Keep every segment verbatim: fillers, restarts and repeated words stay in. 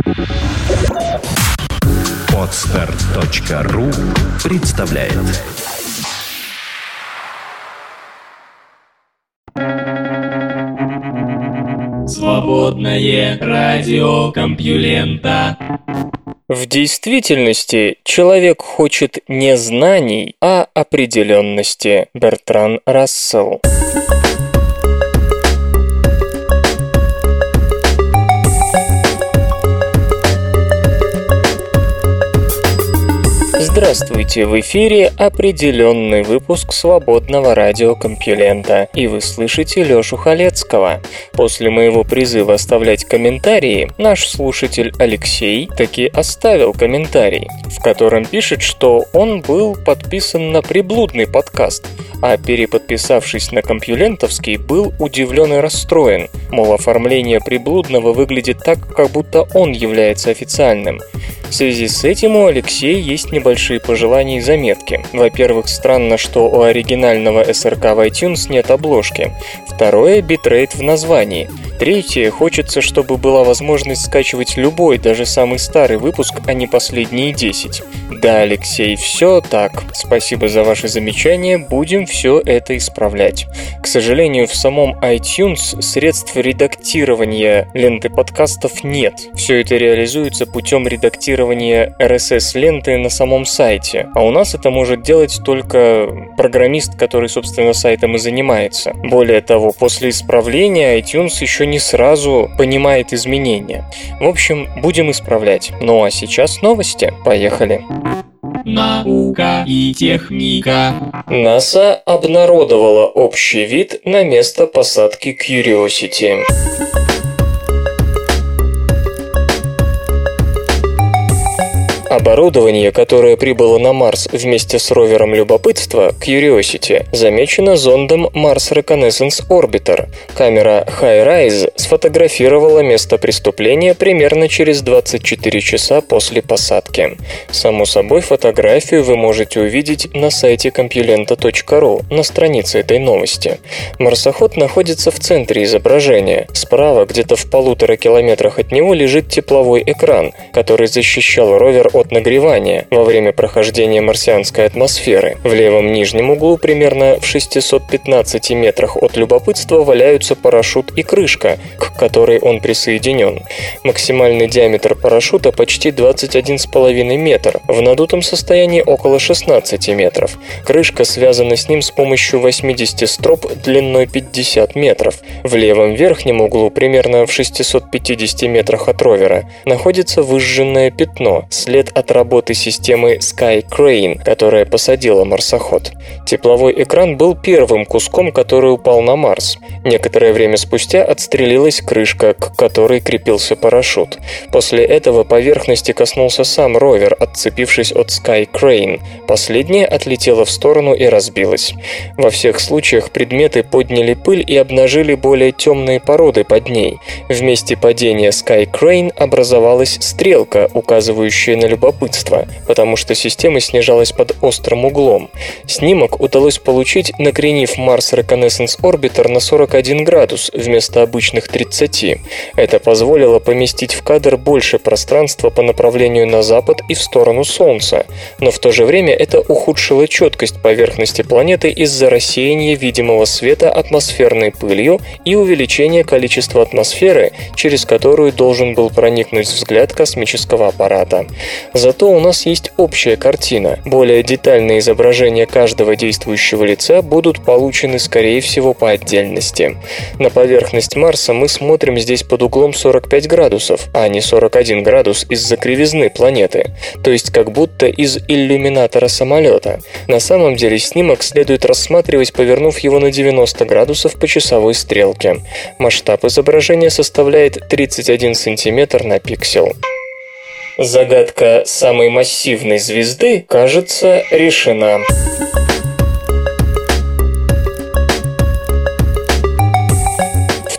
Подстер точка ру представляет. Свободное радио Компьюлента. В действительности человек хочет не знаний, а определенности. Бертран Рассел. Здравствуйте, в эфире определенный выпуск свободного радиокомпьюлента, и вы слышите Лёшу Халецкого. После моего призыва оставлять комментарии, наш слушатель Алексей таки оставил комментарий, в котором пишет, что он был подписан на приблудный подкаст, а переподписавшись на компьюлентовский, был удивлен и расстроен, мол, оформление приблудного выглядит так, как будто он является официальным. В связи с этим у Алексея есть небольшие пожелания и заметки. Во-первых, странно, что у оригинального эс эр ка в iTunes нет обложки. Второе – битрейт в названии. Третье – хочется, чтобы была возможность скачивать любой, даже самый старый выпуск, а не последние десять. Да, Алексей, все так. Спасибо за ваши замечания, будем все это исправлять. К сожалению, в самом iTunes средств редактирования ленты подкастов нет. Все это реализуется путем редактирования эр эс эс-ленты на самом сайте, а у нас это может делать только программист, который, собственно, сайтом и занимается. Более того, после исправления iTunes еще не сразу понимает изменения. В общем, будем исправлять. Ну а сейчас новости. Поехали. Наука и техника. НАСА обнародовала общий вид на место посадки Curiosity. Оборудование, которое прибыло на Марс вместе с ровером любопытства Curiosity, замечено зондом Mars Reconnaissance Orbiter. Камера HiRISE сфотографировала место преступления примерно через двадцать четыре часа после посадки. Само собой, фотографию вы можете увидеть на сайте компьюлента точка ру на странице этой новости. Марсоход находится в центре изображения. Справа, где-то в полутора километрах от него, лежит тепловой экран, который защищал ровер от нагревания во время прохождения марсианской атмосферы. В левом нижнем углу, примерно в шестьсот пятнадцати метрах от любопытства, валяются парашют и крышка, к которой он присоединен. Максимальный диаметр парашюта почти двадцать один целых пять десятых метра, в надутом состоянии около шестнадцати метров. Крышка связана с ним с помощью восьмидесяти строп длиной пятьдесят метров. В левом верхнем углу, примерно в шестистах пятидесяти метрах от ровера, находится выжженное пятно, след от работы системы Sky Crane, которая посадила марсоход. Тепловой экран был первым куском, который упал на Марс. Некоторое время спустя отстрелилась крышка, к которой крепился парашют. После этого поверхности коснулся сам ровер, отцепившись от Sky Crane. Последняя отлетела в сторону и разбилась. Во всех случаях предметы подняли пыль и обнажили более темные породы под ней. В месте падения Sky Crane образовалась стрелка, указывающая на любопытство, потому что система снижалась под острым углом. Снимок удалось получить, накренив Mars Reconnaissance Orbiter на сорок один градус вместо обычных тридцати. Это позволило поместить в кадр больше пространства по направлению на запад и в сторону Солнца, но в то же время это ухудшило четкость поверхности планеты из-за рассеяния видимого света атмосферной пылью и увеличения количества атмосферы, через которую должен был проникнуть взгляд космического аппарата. Зато у нас есть общая картина. Более детальные изображения каждого действующего лица будут получены, скорее всего, по отдельности. На поверхность Марса мы смотрим здесь под углом сорок пять градусов, а не сорок один градус из-за кривизны планеты, то есть как будто из иллюминатора самолета. На самом деле снимок следует рассматривать, повернув его на девяносто градусов по часовой стрелке. Масштаб изображения составляет тридцать один сантиметр на пиксель. Загадка самой массивной звезды, кажется, решена. В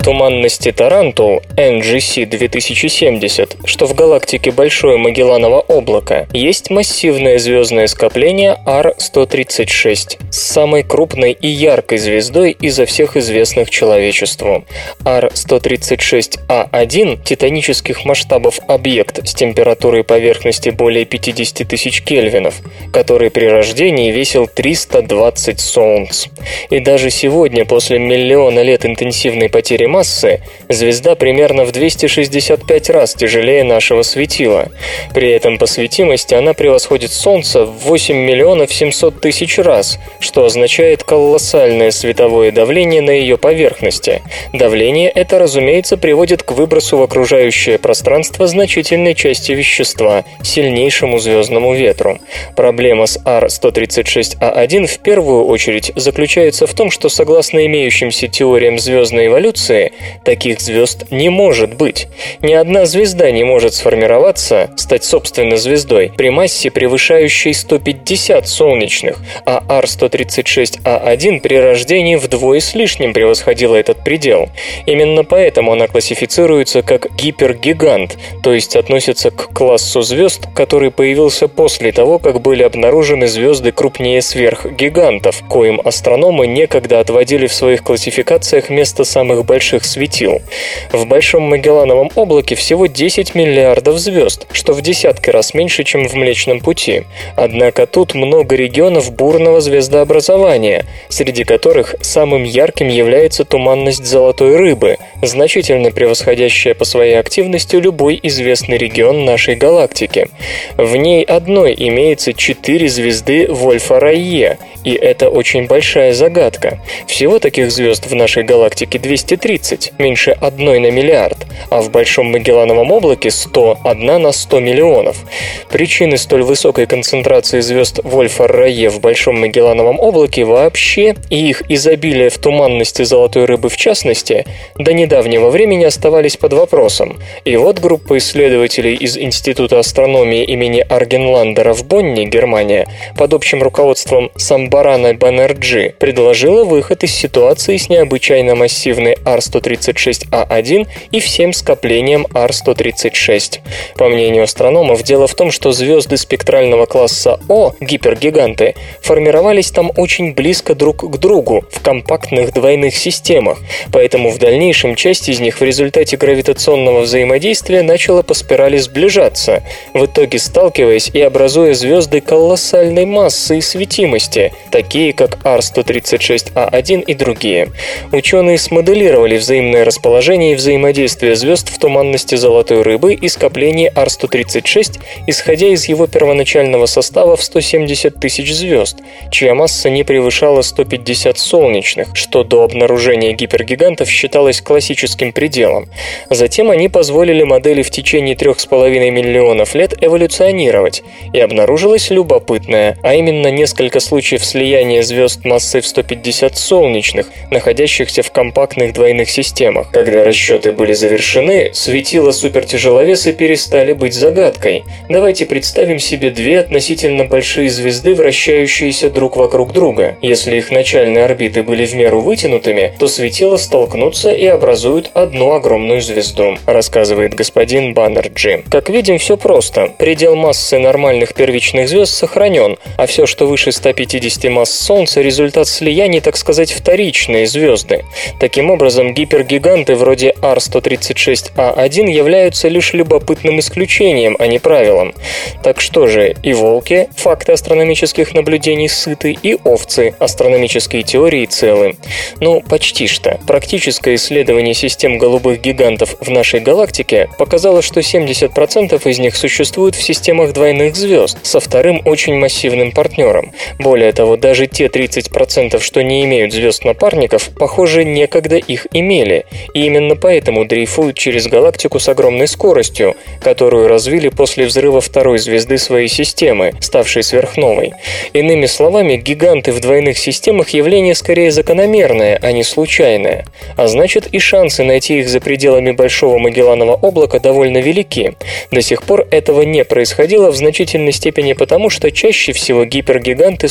туманности Тарантул эн джи си две тысячи семьдесят, что в галактике Большое Магелланово облако, есть массивное звездное скопление ар сто тридцать шесть с самой крупной и яркой звездой изо всех известных человечеству. ар сто тридцать шесть а один – титанических масштабов объект с температурой поверхности более пятьдесят тысяч кельвинов, который при рождении весил триста двадцать солнц. И даже сегодня, после миллиона лет интенсивной потери массы, звезда примерно в двести шестьдесят пять раз тяжелее нашего светила. При этом по светимости она превосходит Солнце в восемь миллионов семьсот тысяч раз, что означает колоссальное световое давление на ее поверхности. Давление это, разумеется, приводит к выбросу в окружающее пространство значительной части вещества, сильнейшему звездному ветру. Проблема с ар сто тридцать шесть а один в первую очередь заключается в том, что согласно имеющимся теориям звездной эволюции, таких звезд не может быть. Ни одна звезда не может сформироваться, стать собственно звездой, при массе, превышающей сто пятьдесят солнечных, а ар сто тридцать шесть а один при рождении вдвое с лишним превосходила этот предел. Именно поэтому она классифицируется как гипергигант, то есть относится к классу звезд, который появился после того, как были обнаружены звезды крупнее сверхгигантов, коим астрономы некогда отводили в своих классификациях место самых больших светил. В Большом Магеллановом облаке всего десять миллиардов звезд, что в десятки раз меньше, чем в Млечном Пути. Однако тут много регионов бурного звездообразования, среди которых самым ярким является туманность Золотой Рыбы, значительно превосходящая по своей активности любой известный регион нашей галактики. В ней одной имеется четыре звезды Вольфа-Райе, и это очень большая загадка. Всего таких звезд в нашей галактике двести тридцать, меньше одной на миллиард, а в Большом Магеллановом облаке сто, одна на сто миллионов. Причины столь высокой концентрации звезд Вольфа-Райе в Большом Магеллановом облаке вообще и их изобилие в туманности Золотой Рыбы в частности до недавнего времени оставались под вопросом. И вот группа исследователей из Института астрономии имени Аргенландера в Бонне, Германия, под общим руководством Самбарана Банерджи предложила выход из ситуации с необычайно массивной ар сто тридцать шесть а один и всем скоплением ар сто тридцать шесть. По мнению астрономов, дело в том, что звезды спектрального класса О, гипергиганты, формировались там очень близко друг к другу, в компактных двойных системах, поэтому в дальнейшем часть из них в результате гравитационного взаимодействия начала по спирали сближаться, в итоге сталкиваясь и образуя звезды колоссальной массы и светимости, такие как ар сто тридцать шесть а один и другие. Ученые смоделировали взаимное расположение и взаимодействие звезд в туманности Золотой Рыбы и скоплении ар сто тридцать шесть, исходя из его первоначального состава в сто семьдесят тысяч звезд, чья масса не превышала сто пятьдесят солнечных, что до обнаружения гипергигантов считалось классическим пределом. Затем они позволили модели в течение трех с половиной миллионов лет эволюционировать, и обнаружилось любопытное, а именно несколько случаев слияния звезд массой в сто пятьдесят солнечных, находящихся в компактных двойных системах. Когда расчеты были завершены, светила супертяжеловеса перестали быть загадкой. Давайте представим себе две относительно большие звезды, вращающиеся друг вокруг друга. Если их начальные орбиты были в меру вытянутыми, то светила столкнутся и образуют одну огромную звезду, рассказывает господин Баннерджи. Как видим, все просто. Предел массы нормальных первичных звезд сохранен, а все, что выше ста пятидесяти масс Солнца, результат слияний, так сказать, вторичные звезды. Таким образом, гипергиганты вроде ар сто тридцать шесть а один являются лишь любопытным исключением, а не правилом. Так что же, и волки, факты астрономических наблюдений сыты, и овцы, астрономические теории целы. Ну, почти что. Практическое исследование систем голубых гигантов в нашей галактике показало, что семьдесят процентов из них существуют в системах двойных звезд, со вторым очень массивным партнером. Более того, даже те тридцать процентов, что не имеют звезд-напарников, похоже, некогда их имели, и именно поэтому дрейфуют через галактику с огромной скоростью, которую развили после взрыва второй звезды своей системы, ставшей сверхновой. Иными словами, гиганты в двойных системах явление скорее закономерное, а не случайное. А значит, и шансы найти их за пределами Большого Магелланова облака довольно велики. До сих пор этого не происходило в значительной степени потому, что чаще всего гипергиганты существуют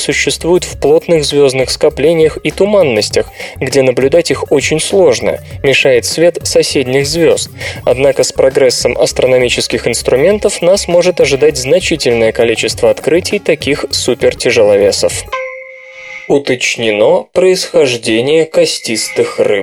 существуют в плотных звездных скоплениях и туманностях, где наблюдать их очень сложно, мешает свет соседних звезд. Однако с прогрессом астрономических инструментов нас может ожидать значительное количество открытий таких супертяжеловесов. Уточнено происхождение костистых рыб.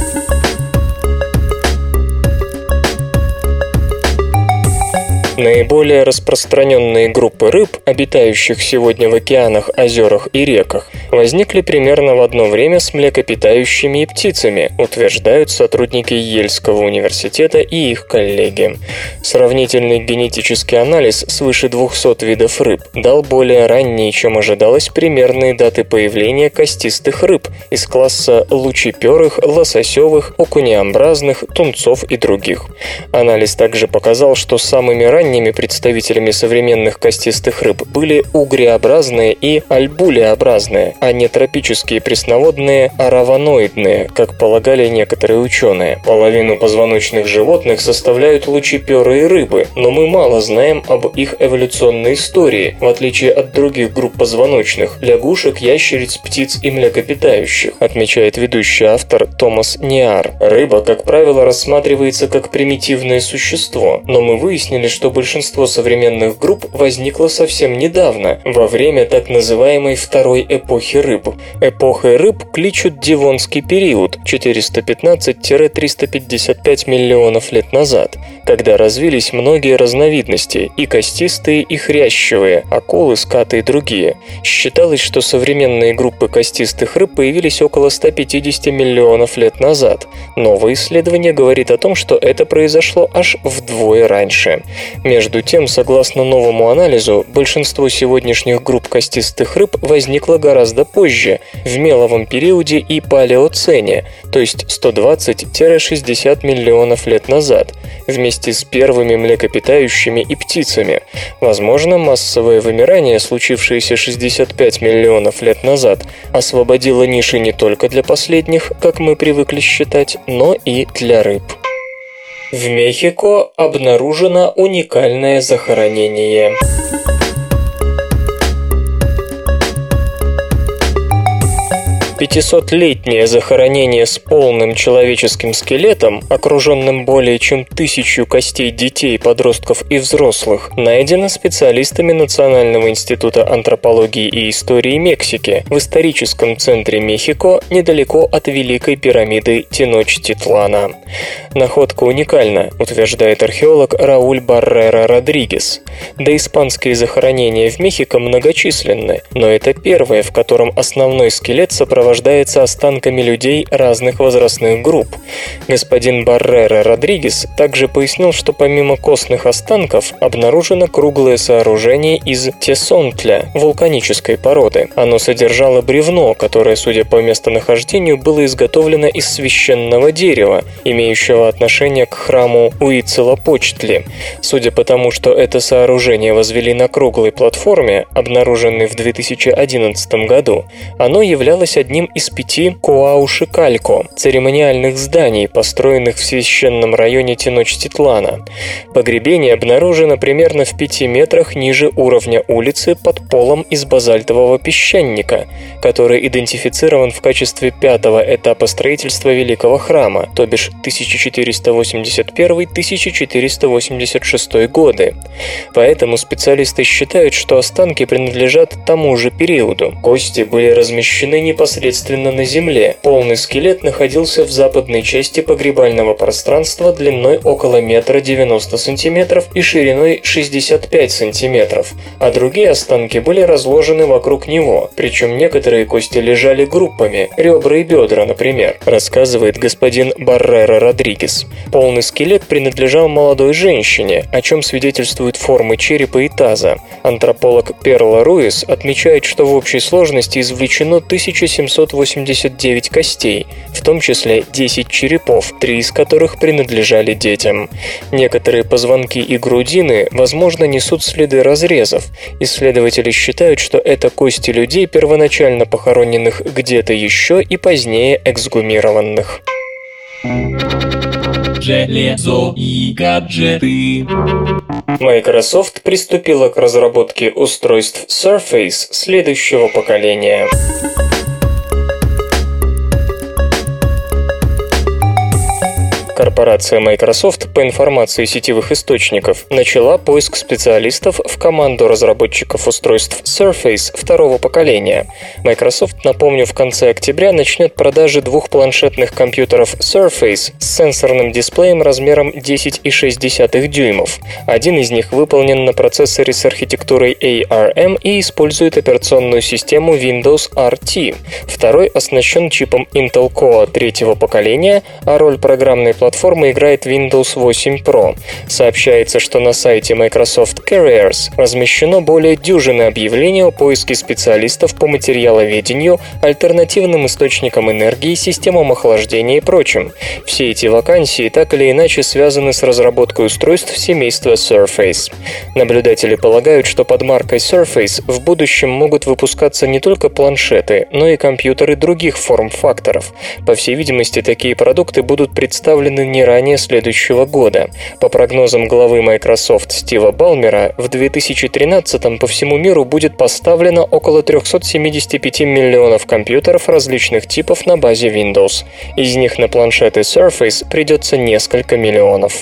Наиболее распространенные группы рыб, обитающих сегодня в океанах, озерах и реках, возникли примерно в одно время с млекопитающими и птицами, утверждают сотрудники Йельского университета и их коллеги. Сравнительный генетический анализ свыше двухсот видов рыб дал более ранние, чем ожидалось, примерные даты появления костистых рыб из класса лучеперых, лососевых, окунеобразных, тунцов и других. Анализ также показал, что самыми ранними представителями современных костистых рыб были угреобразные и альбулеобразные, а не тропические пресноводные араваноидные, как полагали некоторые ученые. Половину позвоночных животных составляют лучеперые рыбы, но мы мало знаем об их эволюционной истории, в отличие от других групп позвоночных – лягушек, ящериц, птиц и млекопитающих, отмечает ведущий автор Томас Ниар. Рыба, как правило, рассматривается как примитивное существо, но мы выяснили, что большинство современных групп возникло совсем недавно, во время так называемой второй эпохи рыб. Эпохой рыб кличут Девонский период четыреста пятнадцать - триста пятьдесят пять миллионов лет назад, когда развились многие разновидности, и костистые, и хрящевые, акулы, скаты и другие. Считалось, что современные группы костистых рыб появились около ста пятидесяти миллионов лет назад. Новое исследование говорит о том, что это произошло аж вдвое раньше. Между тем, согласно новому анализу, большинство сегодняшних групп костистых рыб возникло гораздо позже, в меловом периоде и палеоцене, то есть сто двадцать - шестьдесят миллионов лет назад, вместе с первыми млекопитающими и птицами. Возможно, массовое вымирание, случившееся шестьдесят пять миллионов лет назад, освободило ниши не только для последних, как мы привыкли считать, но и для рыб. В Мехико обнаружено уникальное захоронение. пятисотлетнее захоронение с полным человеческим скелетом, окруженным более чем тысячу костей детей, подростков и взрослых, найдено специалистами Национального института антропологии и истории Мексики в историческом центре Мехико, недалеко от Великой пирамиды Теночтитлана. Находка уникальна, утверждает археолог Рауль Баррера Родригес. Доиспанские захоронения в Мехико многочисленны, но это первое, в котором основной скелет сопровождается сопровождается останками людей разных возрастных групп. Господин Баррера Родригес также пояснил, что помимо костных останков обнаружено круглое сооружение из тесонтля, вулканической породы. Оно содержало бревно, которое, судя по местонахождению, было изготовлено из священного дерева, имеющего отношение к храму Уицелопочтли. Судя по тому, что это сооружение возвели на круглой платформе, обнаруженной в две тысячи одиннадцатом году, оно являлось одним из пяти Коаушикалько, церемониальных зданий, построенных в священном районе Теночтитлана. Погребение обнаружено примерно в пяти метрах ниже уровня улицы под полом из базальтового песчаника, который идентифицирован в качестве пятого этапа строительства Великого храма, то бишь тысяча четыреста восемьдесят первый — тысяча четыреста восемьдесят шестой годы. Поэтому специалисты считают, что останки принадлежат тому же периоду. Кости были размещены непосредственно на земле. Полный скелет находился в западной части погребального пространства длиной около метра девяносто сантиметров и шириной шестьдесят пять сантиметров, а другие останки были разложены вокруг него, причем некоторые кости лежали группами, ребра и бедра, например, рассказывает господин Баррера Родригес. Полный скелет принадлежал молодой женщине, о чем свидетельствуют формы черепа и таза. Антрополог Перла Руис отмечает, что в общей сложности извлечено тысяча семьсот восемьдесят девять костей, в том числе десять черепов, три из которых принадлежали детям. Некоторые позвонки и грудины, возможно, несут следы разрезов. Исследователи считают, что это кости людей, первоначально похороненных где-то еще и позднее эксгумированных. Железо и гаджеты. Microsoft приступила к разработке устройств Surface следующего поколения. Корпорация Microsoft, по информации сетевых источников, начала поиск специалистов в команду разработчиков устройств Surface второго поколения. Microsoft, напомню, в конце октября начнет продажи двух планшетных компьютеров Surface с сенсорным дисплеем размером десять целых шесть десятых дюймов. Один из них выполнен на процессоре с архитектурой эй ар эм и использует операционную систему Windows ар ти. Второй оснащен чипом Intel Core третьего поколения, а роль программной платформы Платформа играет Windows восемь Pro. Сообщается, что на сайте Microsoft Careers размещено более дюжины объявлений о поиске специалистов по материаловедению, альтернативным источникам энергии, системам охлаждения и прочим. Все эти вакансии так или иначе связаны с разработкой устройств семейства Surface. Наблюдатели полагают, что под маркой Surface в будущем могут выпускаться не только планшеты, но и компьютеры других форм-факторов. По всей видимости, такие продукты будут представлены не ранее следующего года. По прогнозам главы Microsoft Стива Балмера, в две тысячи тринадцатом по всему миру будет поставлено около триста семьдесят пять миллионов компьютеров различных типов на базе Windows. Из них на планшеты Surface придется несколько миллионов.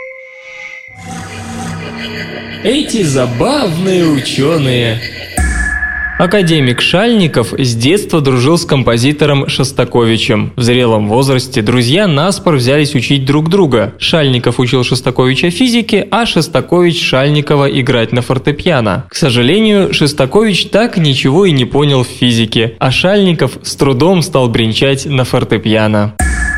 Эти забавные ученые. Академик Шальников с детства дружил с композитором Шостаковичем. В зрелом возрасте друзья наспор взялись учить друг друга. Шальников учил Шостаковича физике, а Шостакович Шальникова играть на фортепиано. К сожалению, Шостакович так ничего и не понял в физике, а Шальников с трудом стал бренчать на фортепиано.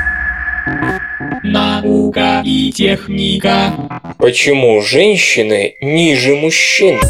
Наука и техника. Почему женщины ниже мужчин?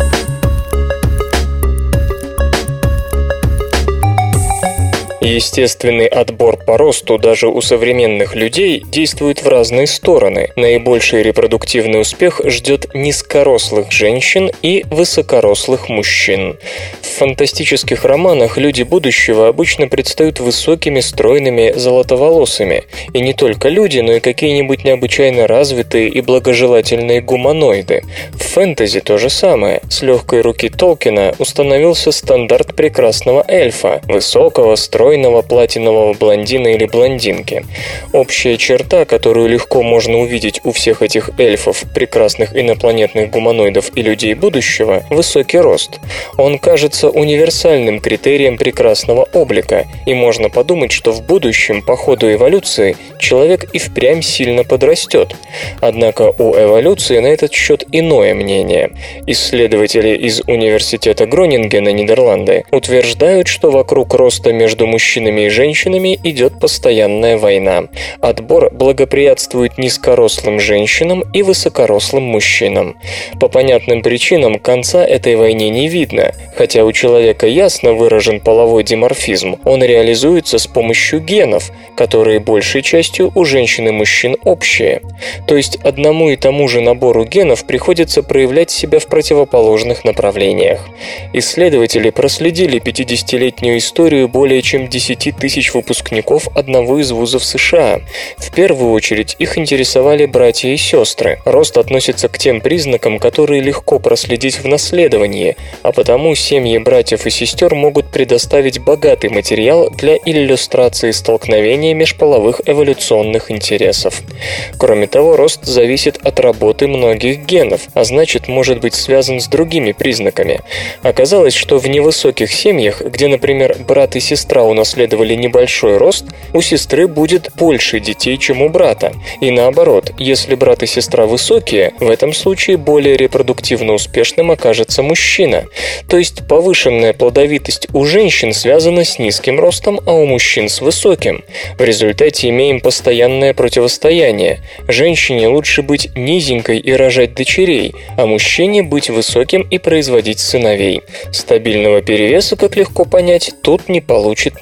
Естественный отбор по росту даже у современных людей действует в разные стороны. Наибольший репродуктивный успех ждет низкорослых женщин и высокорослых мужчин. В фантастических романах люди будущего обычно предстают высокими, стройными, золотоволосыми. И не только люди, но и какие-нибудь необычайно развитые и благожелательные гуманоиды. В фэнтези то же самое. С легкой руки Толкина установился стандарт прекрасного эльфа – высокого, стройного, платинового блондина или блондинки. Общая черта, которую легко можно увидеть у всех этих эльфов, прекрасных инопланетных гуманоидов и людей будущего – высокий рост. Он кажется универсальным критерием прекрасного облика, и можно подумать, что в будущем по ходу эволюции человек и впрямь сильно подрастет. Однако у эволюции на этот счет иное мнение. Исследователи из университета Гронингена, Нидерланды, утверждают, что вокруг роста между мужчинами и женщинами идет постоянная война. Отбор благоприятствует низкорослым женщинам и высокорослым мужчинам. По понятным причинам конца этой войне не видно, хотя у человека ясно выражен половой диморфизм, он реализуется с помощью генов, которые большей частью у женщин и мужчин общие. То есть одному и тому же набору генов приходится проявлять себя в противоположных направлениях. Исследователи проследили пятидесятилетнюю историю более чем десять тысяч выпускников одного из вузов США. В первую очередь их интересовали братья и сестры. Рост относится к тем признакам, которые легко проследить в наследовании, а потому семьи братьев и сестер могут предоставить богатый материал для иллюстрации столкновения межполовых эволюционных интересов. Кроме того, рост зависит от работы многих генов, а значит, может быть связан с другими признаками. Оказалось, что в невысоких семьях, где, например, брат и сестра унаследовали небольшой рост, у сестры будет больше детей, чем у брата. И наоборот, если брат и сестра высокие, в этом случае более репродуктивно успешным окажется мужчина. То есть повышенная плодовитость у женщин связана с низким ростом, а у мужчин с высоким. В результате имеем постоянное противостояние. Женщине лучше быть низенькой и рожать дочерей, а мужчине быть высоким и производить сыновей. Стабильного перевеса, как легко понять, тут не получит никто.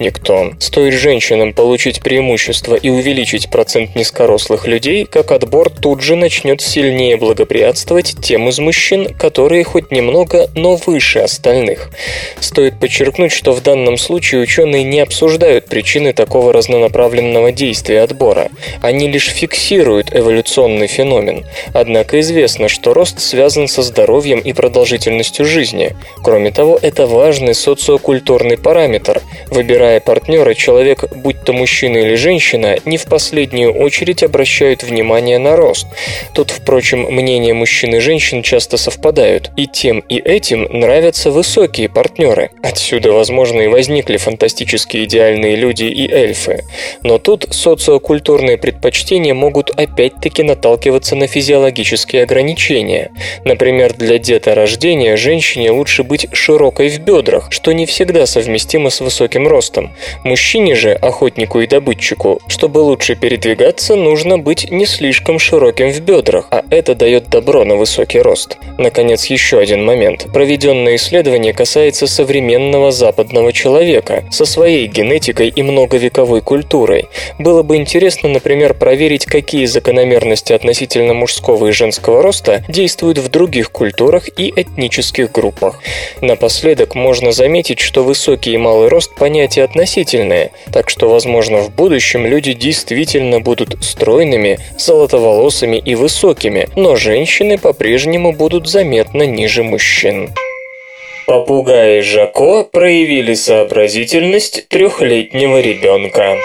никто. Стоит женщинам получить преимущество и увеличить процент низкорослых людей, как отбор тут же начнет сильнее благоприятствовать тем из мужчин, которые хоть немного, но выше остальных. Стоит подчеркнуть, что в данном случае ученые не обсуждают причины такого разнонаправленного действия отбора. Они лишь фиксируют эволюционный феномен. Однако известно, что рост связан со здоровьем и продолжительностью жизни. Кроме того, это важный социокультурный параметр. Выбирая партнера, человек, будь то мужчина или женщина, не в последнюю очередь обращают внимание на рост. Тут, впрочем, мнения мужчин и женщин часто совпадают. И тем, и этим нравятся высокие партнеры. Отсюда, возможно, и возникли фантастические идеальные люди и эльфы. Но тут социокультурные предпочтения могут опять-таки наталкиваться на физиологические ограничения. Например, для деторождения женщине лучше быть широкой в бедрах, что не всегда совместимо с высоким ростом. Мужчине же, охотнику и добытчику, чтобы лучше передвигаться, нужно быть не слишком широким в бедрах, а это дает добро на высокий рост. Наконец, еще один момент. Проведенное исследование касается современного западного человека со своей генетикой и многовековой культурой. Было бы интересно, например, проверить, какие закономерности относительно мужского и женского роста действуют в других культурах и этнических группах. Напоследок можно заметить, что высокий и малый рост – понятия относительные, так что, возможно, в будущем люди действительно будут стройными, золотоволосыми и высокими, но женщины по-прежнему будут заметно ниже мужчин. Попугаи Жако проявили сообразительность трехлетнего ребенка.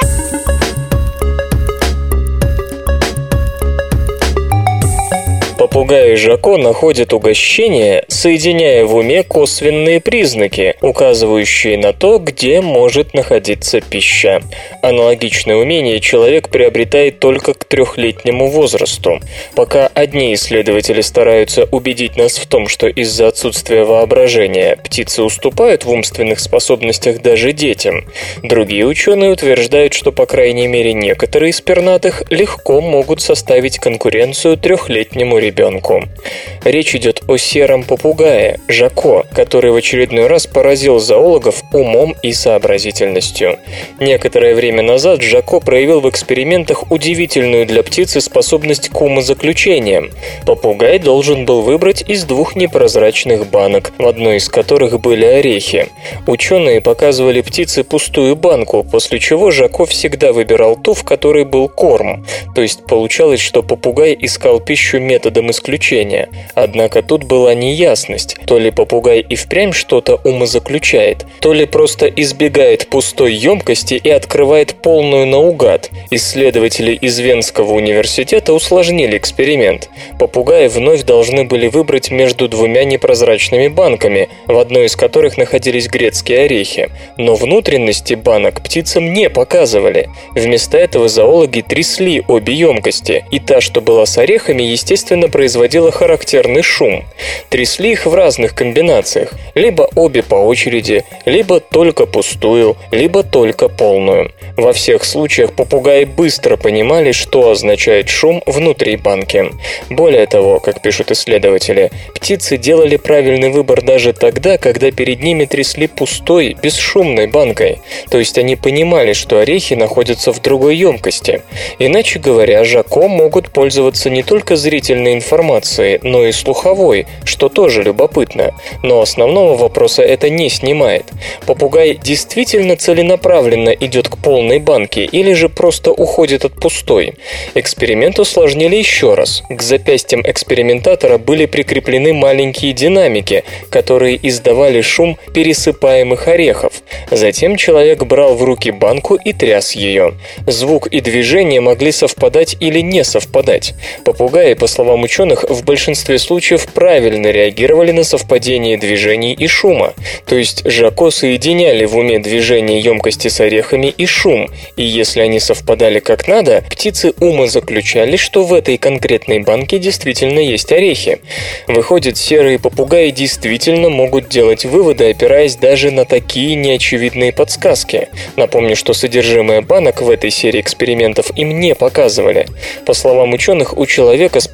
Попугаи Жако находят угощение, соединяя в уме косвенные признаки, указывающие на то, где может находиться пища. Аналогичное умение человек приобретает только к трехлетнему возрасту. Пока одни исследователи стараются убедить нас в том, что из-за отсутствия воображения птицы уступают в умственных способностях даже детям, другие ученые утверждают, что, по крайней мере, некоторые из пернатых легко могут составить конкуренцию трехлетнему ребенку. Ребенку. Речь идет о сером попугае, Жако, который в очередной раз поразил зоологов умом и сообразительностью. Некоторое время назад Жако проявил в экспериментах удивительную для птицы способность к умозаключениям. Попугай должен был выбрать из двух непрозрачных банок, в одной из которых были орехи. Ученые показывали птице пустую банку, после чего Жако всегда выбирал ту, в которой был корм. То есть получалось, что попугай искал пищу методом исключения. Однако тут была неясность. То ли попугай и впрямь что-то умозаключает, то ли просто избегает пустой емкости и открывает полную наугад. Исследователи из Венского университета усложнили эксперимент. Попугаи вновь должны были выбрать между двумя непрозрачными банками, в одной из которых находились грецкие орехи. Но внутренности банок птицам не показывали. Вместо этого зоологи трясли обе емкости, и та, что была с орехами, естественно, производила характерный шум. Трясли их в разных комбинациях, либо обе по очереди, либо только пустую, либо только полную. Во всех случаях попугаи быстро понимали, что означает шум внутри банки. Более того, как пишут исследователи, птицы делали правильный выбор даже тогда, когда перед ними трясли пустой, бесшумной банкой. То есть они понимали, что орехи находятся в другой емкости. Иначе говоря, Жако могут пользоваться не только зрительной информацией, но и слуховой, что тоже любопытно. Но основного вопроса это не снимает. Попугай действительно целенаправленно идет к полной банке или же просто уходит от пустой? Эксперимент усложнили еще раз. К запястьям экспериментатора были прикреплены маленькие динамики, которые издавали шум пересыпаемых орехов. Затем человек брал в руки банку и тряс ее. Звук и движение могли совпадать или не совпадать. Попугаи, по словам ученых, в большинстве случаев правильно реагировали на совпадение движений и шума. То есть Жако соединяли в уме движение емкости с орехами и шум, и если они совпадали как надо, птицы умозаключали, что в этой конкретной банке действительно есть орехи. Выходит, серые попугаи действительно могут делать выводы, опираясь даже на такие неочевидные подсказки. Напомню, что содержимое банок в этой серии экспериментов им не показывали. По словам ученых, у человека способность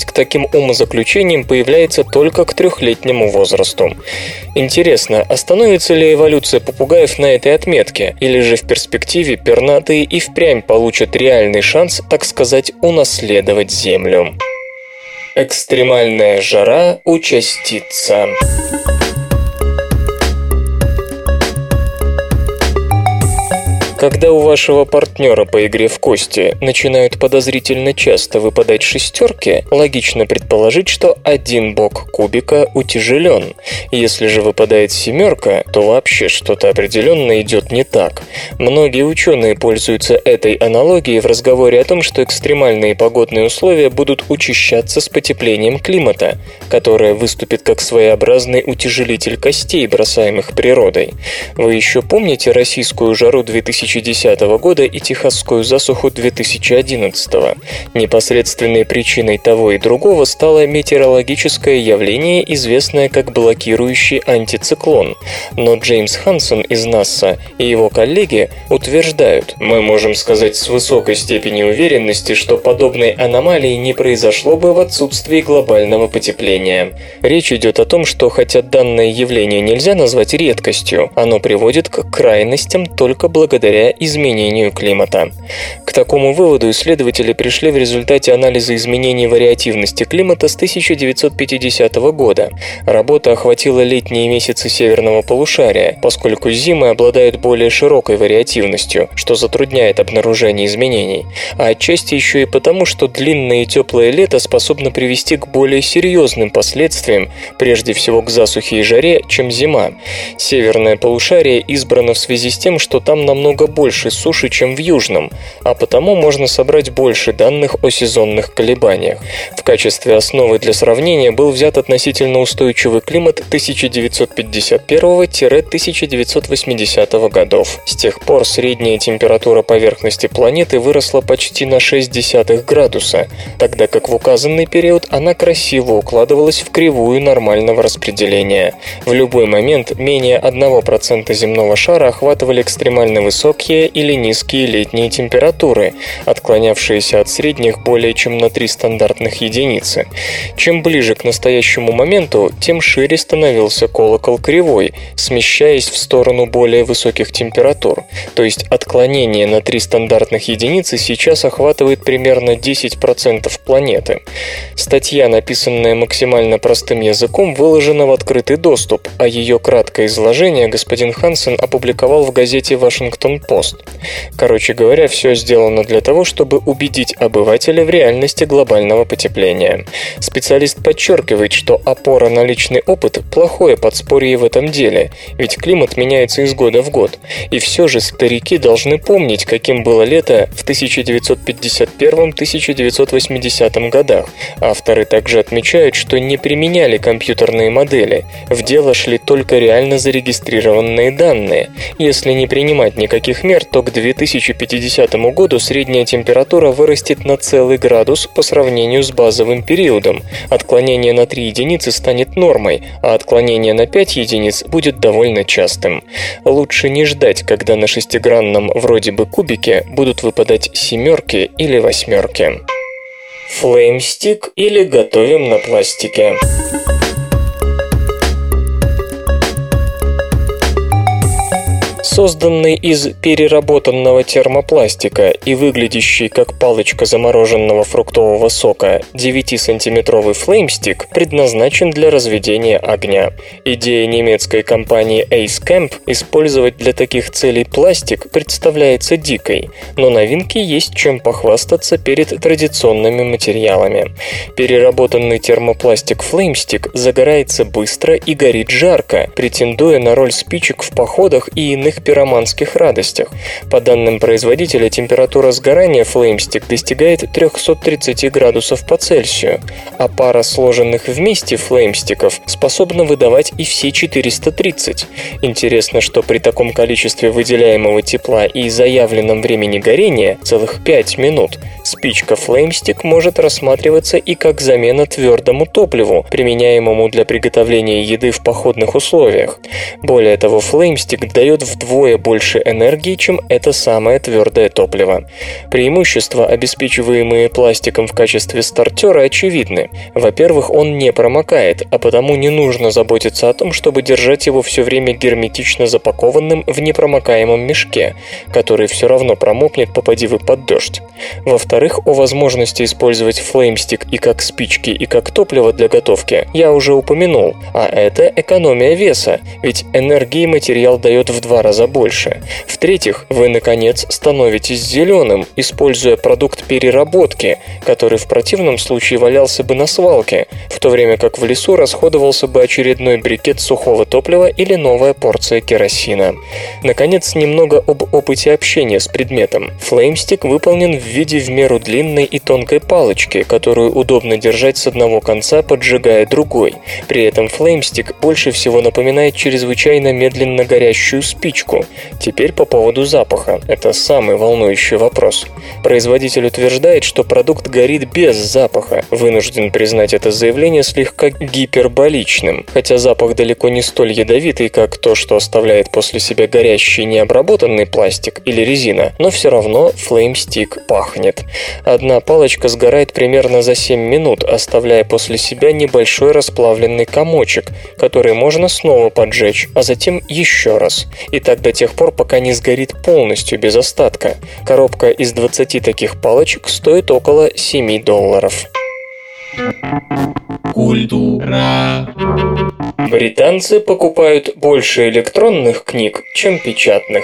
к таким умозаключениям появляется только к трехлетнему возрасту. Интересно, остановится ли эволюция попугаев на этой отметке, или же в перспективе пернатые и впрямь получат реальный шанс, так сказать, унаследовать Землю? Экстремальная жара участится. Когда у вашего партнера по игре в кости начинают подозрительно часто выпадать шестерки, логично предположить, что один бок кубика утяжелен. Если же выпадает семерка, то вообще что-то определенно идет не так. Многие ученые пользуются этой аналогией в разговоре о том, что экстремальные погодные условия будут учащаться с потеплением климата, которое выступит как своеобразный утяжелитель костей, бросаемых природой. Вы еще помните российскую жару две тысячи десятого года и техасскую засуху две тысячи одиннадцатого. Непосредственной причиной того и другого стало метеорологическое явление, известное как блокирующий антициклон. Но Джеймс Хансон из НАСА и его коллеги утверждают: мы можем сказать с высокой степенью уверенности, что подобной аномалии не произошло бы в отсутствии глобального потепления. Речь идет о том, что хотя данное явление нельзя назвать редкостью, оно приводит к крайностям только благодаря изменению климата. К такому выводу исследователи пришли в результате анализа изменений вариативности климата с тысяча девятьсот пятидесятого года. Работа охватила летние месяцы северного полушария, поскольку зимы обладают более широкой вариативностью, что затрудняет обнаружение изменений, а отчасти еще и потому, что длинное и теплое лето способно привести к более серьезным последствиям, прежде всего к засухе и жаре, чем зима. Северное полушарие избрано в связи с тем, что там намного больше суши, чем в южном, а потому можно собрать больше данных о сезонных колебаниях. В качестве основы для сравнения был взят относительно устойчивый климат тысяча девятьсот пятьдесят первого — тысяча девятьсот восьмидесятого годов. С тех пор средняя температура поверхности планеты выросла почти на шесть десятых градуса, тогда как в указанный период она красиво укладывалась в кривую нормального распределения. В любой момент менее одного процента земного шара охватывали экстремально высокие или низкие летние температуры, отклонявшиеся от средних более чем на три стандартных единицы. Чем ближе к настоящему моменту, тем шире становился колокол кривой, смещаясь в сторону более высоких температур. То есть отклонение на три стандартных единицы сейчас охватывает примерно десять процентов планеты. Статья, написанная максимально простым языком, выложена в открытый доступ, а ее краткое изложение господин Хансон опубликовал в газете «Вашингтон Пост». Короче говоря, все сделано для того, чтобы убедить обывателя в реальности глобального потепления. Специалист подчеркивает, что опора на личный опыт – плохое подспорье в этом деле, ведь климат меняется из года в год. И все же старики должны помнить, каким было лето в тысяча девятьсот пятьдесят первом — тысяча девятьсот восьмидесятом годах. Авторы также отмечают, что не применяли компьютерные модели. В дело шли только реально зарегистрированные данные. Если не принимать никаких мер, то к две тысячи пятидесятому году средняя температура вырастет на целый градус по сравнению с базовым периодом. Отклонение на три единицы станет нормой, а отклонение на пять единиц будет довольно частым. Лучше не ждать, когда на шестигранном вроде бы кубике будут выпадать семерки или восьмерки. Флеймстик или готовим на пластике. Созданный из переработанного термопластика и выглядящий как палочка замороженного фруктового сока девятисантиметровый флеймстик предназначен для разведения огня. Идея немецкой компании Ace Camp использовать для таких целей пластик представляется дикой, но новинки есть чем похвастаться перед традиционными материалами. Переработанный термопластик флеймстик загорается быстро и горит жарко, претендуя на роль спичек в походах и иных пироманских радостях. По данным производителя, температура сгорания флеймстик достигает триста тридцать градусов по Цельсию, а пара сложенных вместе флеймстиков способна выдавать и все четыреста тридцать. Интересно, что при таком количестве выделяемого тепла и заявленном времени горения, целых пять минут, спичка флеймстик может рассматриваться и как замена твердому топливу, применяемому для приготовления еды в походных условиях. Более того, флеймстик дает вдвое вдвое больше энергии, чем это самое твердое топливо. Преимущества, обеспечиваемые пластиком в качестве стартера, очевидны. Во-первых, он не промокает, а потому не нужно заботиться о том, чтобы держать его все время герметично запакованным в непромокаемом мешке, который все равно промокнет, попади вы под дождь. Во-вторых, о возможности использовать флеймстик и как спички, и как топливо для готовки я уже упомянул, а это экономия веса, ведь энергии материал дает в два раза больше. В-третьих, вы, наконец, становитесь зеленым, используя продукт переработки, который в противном случае валялся бы на свалке, в то время как в лесу расходовался бы очередной брикет сухого топлива или новая порция керосина. Наконец, немного об опыте общения с предметом. Флеймстик выполнен в виде в меру длинной и тонкой палочки, которую удобно держать с одного конца, поджигая другой. При этом флеймстик больше всего напоминает чрезвычайно медленно горящую спичку. Теперь по поводу запаха. Это самый волнующий вопрос. Производитель утверждает, что продукт горит без запаха. Вынужден признать это заявление слегка гиперболичным, хотя запах далеко не столь ядовитый, как то, что оставляет после себя горящий необработанный пластик или резина, но все равно флеймстик пахнет. Одна палочка сгорает примерно за семь минут, оставляя после себя небольшой расплавленный комочек, который можно снова поджечь, а затем еще раз. И так до тех пор, пока не сгорит полностью без остатка. Коробка из двадцати таких палочек стоит около семь долларов. Культура. Британцы покупают больше электронных книг, чем печатных.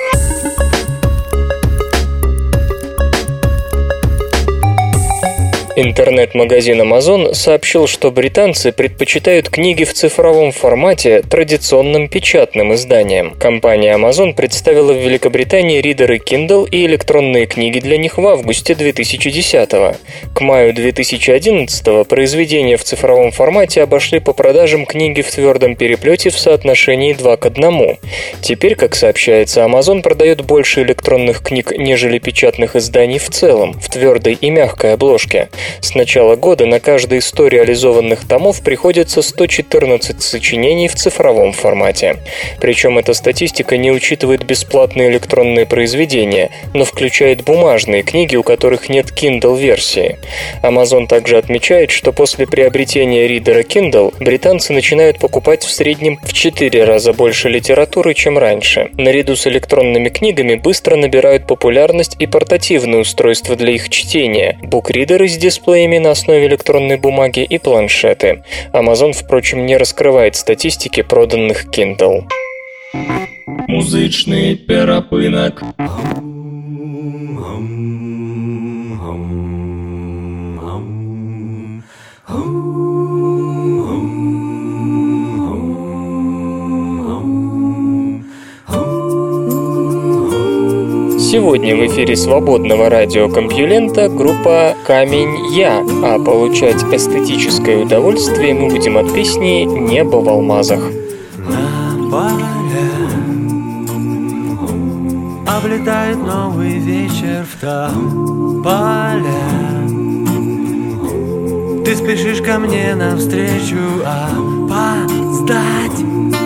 Интернет-магазин Amazon сообщил, что британцы предпочитают книги в цифровом формате традиционным печатным изданиям. Компания Amazon представила в Великобритании ридеры Kindle и электронные книги для них в августе две тысячи десятого. К маю две тысячи одиннадцатого произведения в цифровом формате обошли по продажам книги в твердом переплете в соотношении два к одному. Теперь, как сообщается, Amazon продает больше электронных книг, нежели печатных изданий в целом, в твердой и мягкой обложке. С начала года на каждый из сто реализованных томов приходится сто четырнадцать сочинений в цифровом формате. Причем эта статистика не учитывает бесплатные электронные произведения, но включает бумажные книги, у которых нет Kindle-версии. Amazon также отмечает, что после приобретения ридера Kindle британцы начинают покупать в среднем в четыре раза больше литературы, чем раньше. Наряду с электронными книгами быстро набирают популярность и портативные устройства для их чтения, букридеры с дисплеями на основе электронной бумаги и планшеты. Amazon, впрочем, не раскрывает статистики проданных Kindle. Музычный перапынок. Сегодня в эфире свободного радиокомпьюлента группа «Камень Я», а получать эстетическое удовольствие мы будем от песни «Небо в алмазах». На поле облетает новый вечер в тополе. Ты спешишь ко мне навстречу, опоздать,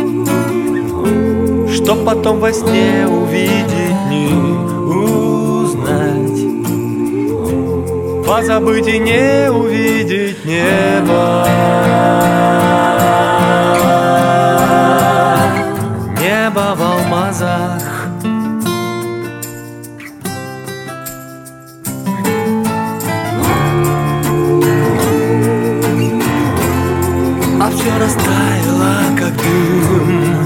чтоб потом во сне увидеть, не узнать, позабыть и не увидеть небо. Небо в алмазах. А все растаяло, как дым,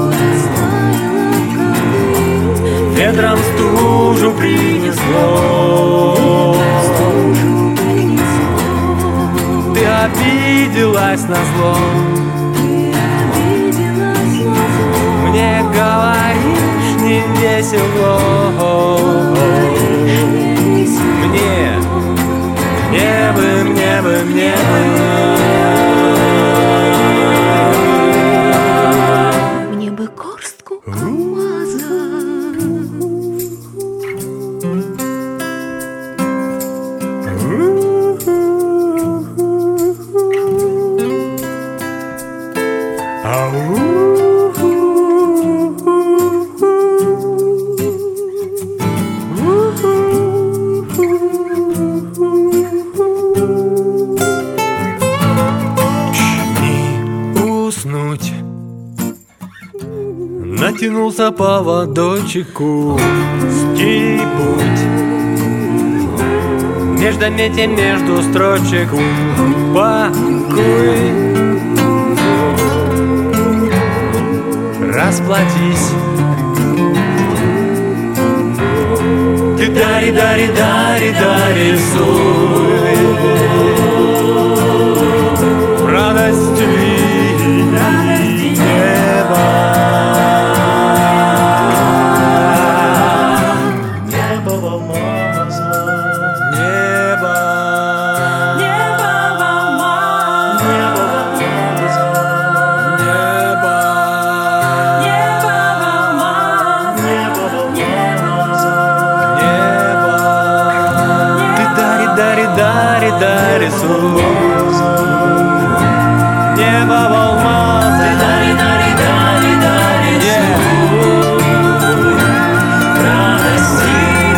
ветром стужу принесло. Ты обиделась назло, мне говоришь не весело. Мне, мне бы, мне бы, мне бы. Мне бы горстку алмазов. уснуть. Натянулся поводочек, узкий путь. Междометие между строчек, упакуй. Расплатись. Ты дари, дари, дари, дари, суй. Радость видеть небо. Небо в алмазах. Небо. Небо в алмазах. Небо в алмазах. Небо. Небо в алмазах. Небо в алмазах. Ты дари, дари, дари, дари, суй. Небо в алмазах. Дари, дари, дари, дари, суй. Радости.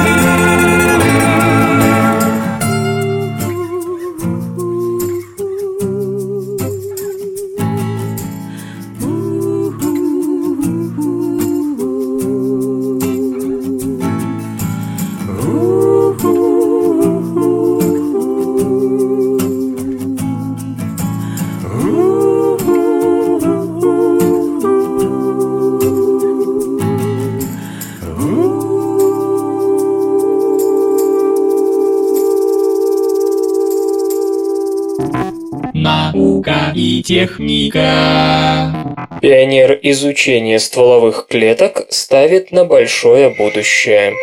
Наука и техника. Пионер изучения стволовых клеток ставит на большое будущее.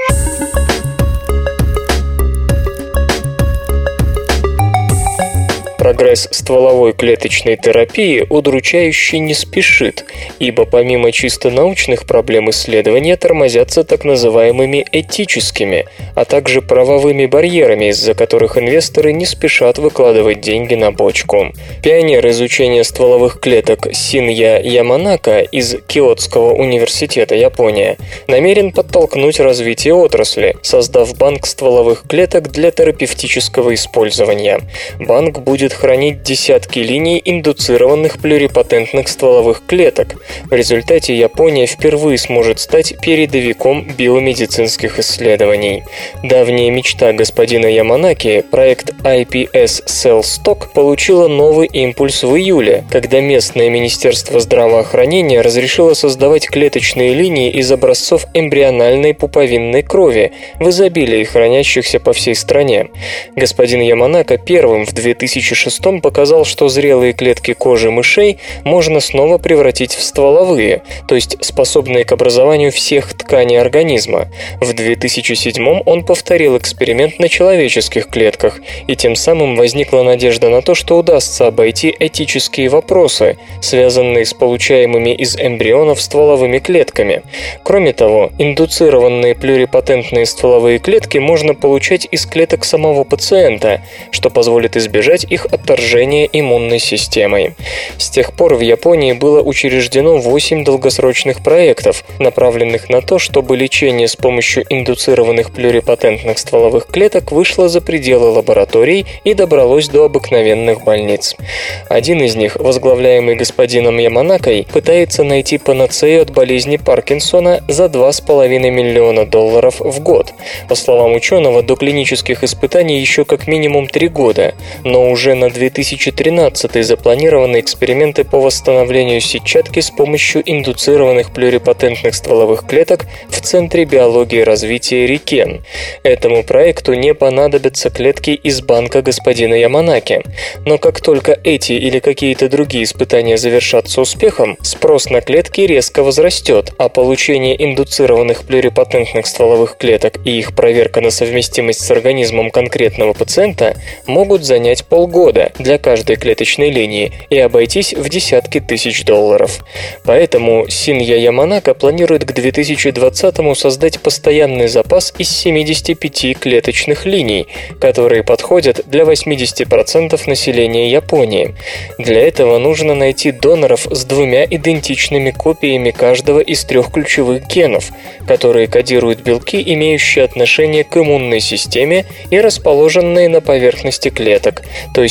Прогресс стволовой клеточной терапии удручающе не спешит, ибо помимо чисто научных проблем исследования тормозятся так называемыми этическими, а также правовыми барьерами, из-за которых инвесторы не спешат выкладывать деньги на бочку. Пионер изучения стволовых клеток Синья Яманака из Киотского университета, Япония, намерен подтолкнуть развитие отрасли, создав банк стволовых клеток для терапевтического использования. Банк будет хранить десятки линий индуцированных плюрипатентных стволовых клеток. В результате Япония впервые сможет стать передовиком биомедицинских исследований. Давняя мечта господина Яманаки, проект ай пи эс Cell Stock, получила новый импульс в июле, когда местное министерство здравоохранения разрешило создавать клеточные линии из образцов эмбриональной пуповинной крови, в изобилии хранящихся по всей стране. Господин Яманака первым в две тысячи шестом показал, что зрелые клетки кожи мышей можно снова превратить в стволовые, то есть способные к образованию всех тканей организма. В две тысячи седьмом он повторил эксперимент на человеческих клетках, и тем самым возникла надежда на то, что удастся обойти этические вопросы, связанные с получаемыми из эмбрионов стволовыми клетками. Кроме того, индуцированные плюрипатентные стволовые клетки можно получать из клеток самого пациента, что позволит избежать их отторжения иммунной системой. С тех пор в Японии было учреждено восемь долгосрочных проектов, направленных на то, чтобы лечение с помощью индуцированных плюрипатентных стволовых клеток вышло за пределы лабораторий и добралось до обыкновенных больниц. Один из них, возглавляемый господином Яманакой, пытается найти панацею от болезни Паркинсона за два с половиной миллиона долларов в год. По словам ученого, до клинических испытаний еще как минимум три года, но уже на две тысячи тринадцатый запланированы эксперименты по восстановлению сетчатки с помощью индуцированных плюрипатентных стволовых клеток в Центре биологии и развития Рикен. Этому проекту не понадобятся клетки из банка господина Яманаки. Но как только эти или какие-то другие испытания завершатся успехом, спрос на клетки резко возрастет, а получение индуцированных плюрипатентных стволовых клеток и их проверка на совместимость с организмом конкретного пациента могут занять полгода для каждой клеточной линии и обойтись в десятки тысяч долларов. Поэтому Синья Яманака планирует к две тысячи двадцатому создать постоянный запас из семидесяти пяти клеточных линий, которые подходят для восьмидесяти процентов населения Японии. Для этого нужно найти доноров с двумя идентичными копиями каждого из трех ключевых генов, которые кодируют белки, имеющие отношение к иммунной системе и расположенные на поверхности клеток, то есть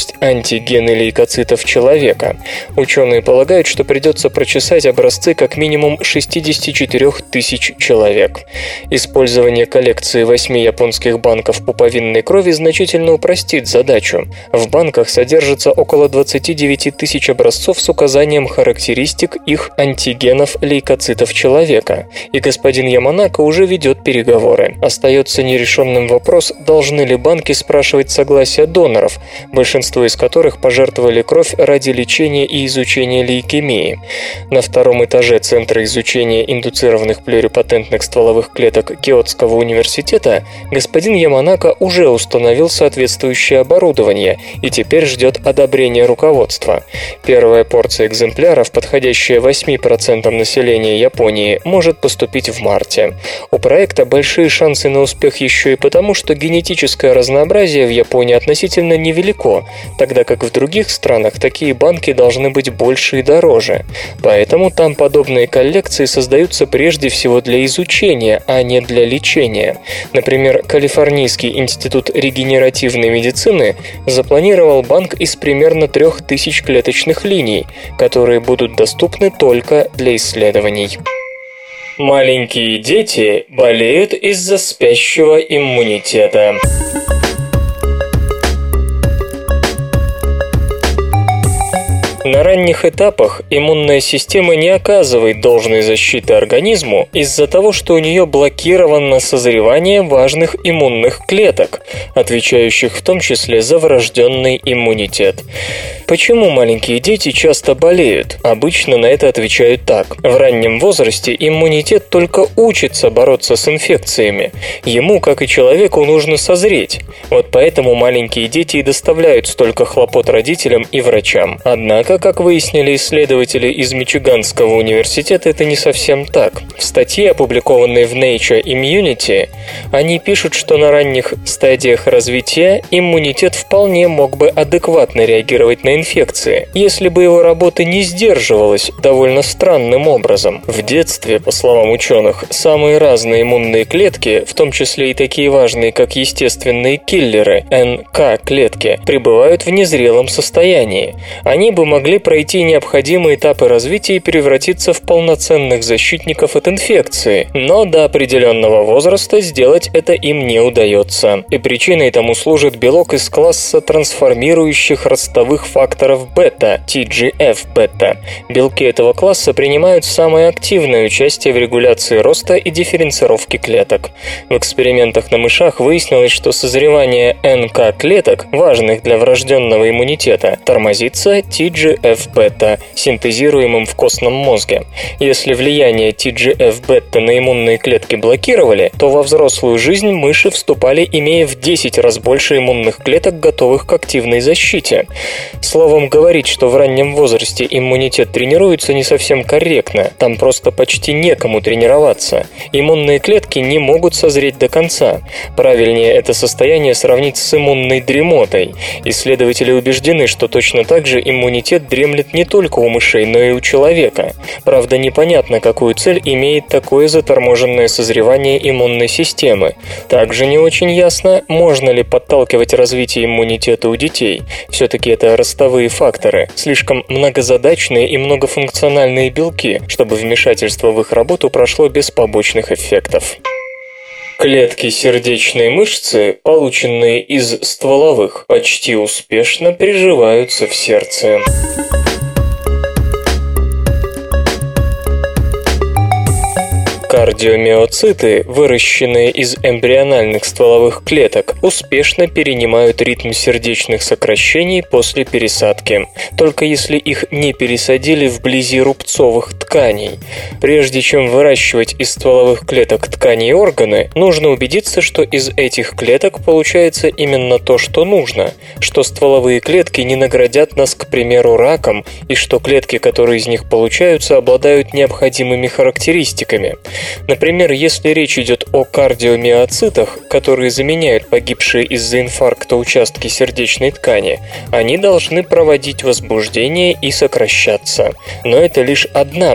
есть антигены лейкоцитов человека. Ученые полагают, что придется прочесать образцы как минимум шестьдесят четыре тысяч человек. Использование коллекции восьми японских банков пуповинной крови значительно упростит задачу. В банках содержится около двадцать девять тысяч образцов с указанием характеристик их антигенов лейкоцитов человека, и господин Яманака уже ведет переговоры. Остается нерешенным вопрос, должны ли банки спрашивать согласие доноров, большинство из которых пожертвовали кровь ради лечения и изучения лейкемии. На втором этаже Центра изучения индуцированных плюрипатентных стволовых клеток Киотского университета господин Яманака уже установил соответствующее оборудование и теперь ждет одобрения руководства. Первая порция экземпляров, подходящая восьми процентам населения Японии, может поступить в марте. У проекта большие шансы на успех еще и потому, что генетическое разнообразие в Японии относительно невелико, тогда как в других странах такие банки должны быть больше и дороже. Поэтому там подобные коллекции создаются прежде всего для изучения, а не для лечения. Например, Калифорнийский институт регенеративной медицины запланировал банк из примерно трех тысяч клеточных линий, которые будут доступны только для исследований. Маленькие дети болеют из-за спящего иммунитета. На ранних этапах иммунная система не оказывает должной защиты организму из-за того, что у нее блокировано созревание важных иммунных клеток, отвечающих в том числе за врожденный иммунитет. Почему маленькие дети часто болеют? Обычно на это отвечают так. В раннем возрасте иммунитет только учится бороться с инфекциями. Ему, как и человеку, нужно созреть. Вот поэтому маленькие дети и доставляют столько хлопот родителям и врачам. Однако, как выяснили исследователи из Мичиганского университета, это не совсем так. В статье, опубликованной в Nature Immunity, они пишут, что на ранних стадиях развития иммунитет вполне мог бы адекватно реагировать на инфекции, если бы его работа не сдерживалась довольно странным образом. В детстве, по словам ученых, самые разные иммунные клетки, в том числе и такие важные, как естественные киллеры, эн ка-клетки, пребывают в незрелом состоянии. Они бы могли пройти необходимые этапы развития и превратиться в полноценных защитников от инфекции, но до определенного возраста сделать это им не удается. И причиной тому служит белок из класса трансформирующих ростовых факторов бета, ти джи эф-бета. Белки этого класса принимают самое активное участие в регуляции роста и дифференцировки клеток. В экспериментах на мышах выяснилось, что созревание эн ка-клеток, важных для врожденного иммунитета, тормозится ти джи эф-бета, синтезируемым в костном мозге. Если влияние ти джи эф-бета на иммунные клетки блокировали, то во взрослую жизнь мыши вступали, имея в десять раз больше иммунных клеток, готовых к активной защите. Словом, говорить, что в раннем возрасте иммунитет тренируется, не совсем корректно. Там просто почти некому тренироваться. Иммунные клетки не могут созреть до конца. Правильнее это состояние сравнить с иммунной дремотой. Исследователи убеждены, что точно так же иммунитет дремлет не только у мышей, но и у человека. Правда, непонятно, какую цель имеет такое заторможенное созревание иммунной системы. Также не очень ясно, можно ли подталкивать развитие иммунитета у детей. Все-таки это ростовые факторы, слишком многозадачные и многофункциональные белки, чтобы вмешательство в их работу прошло без побочных эффектов. Клетки сердечной мышцы, полученные из стволовых, почти успешно приживаются в сердце. Кардиомиоциты, выращенные из эмбриональных стволовых клеток, успешно перенимают ритм сердечных сокращений после пересадки, только если их не пересадили вблизи рубцовых тканей. Прежде чем выращивать из стволовых клеток ткани и органы, нужно убедиться, что из этих клеток получается именно то, что нужно, что стволовые клетки не наградят нас, к примеру, раком, и что клетки, которые из них получаются, обладают необходимыми характеристиками. Например, если речь идет о кардиомиоцитах, которые заменяют погибшие из-за инфаркта участки сердечной ткани, они должны проводить возбуждение и сокращаться. Но это лишь одна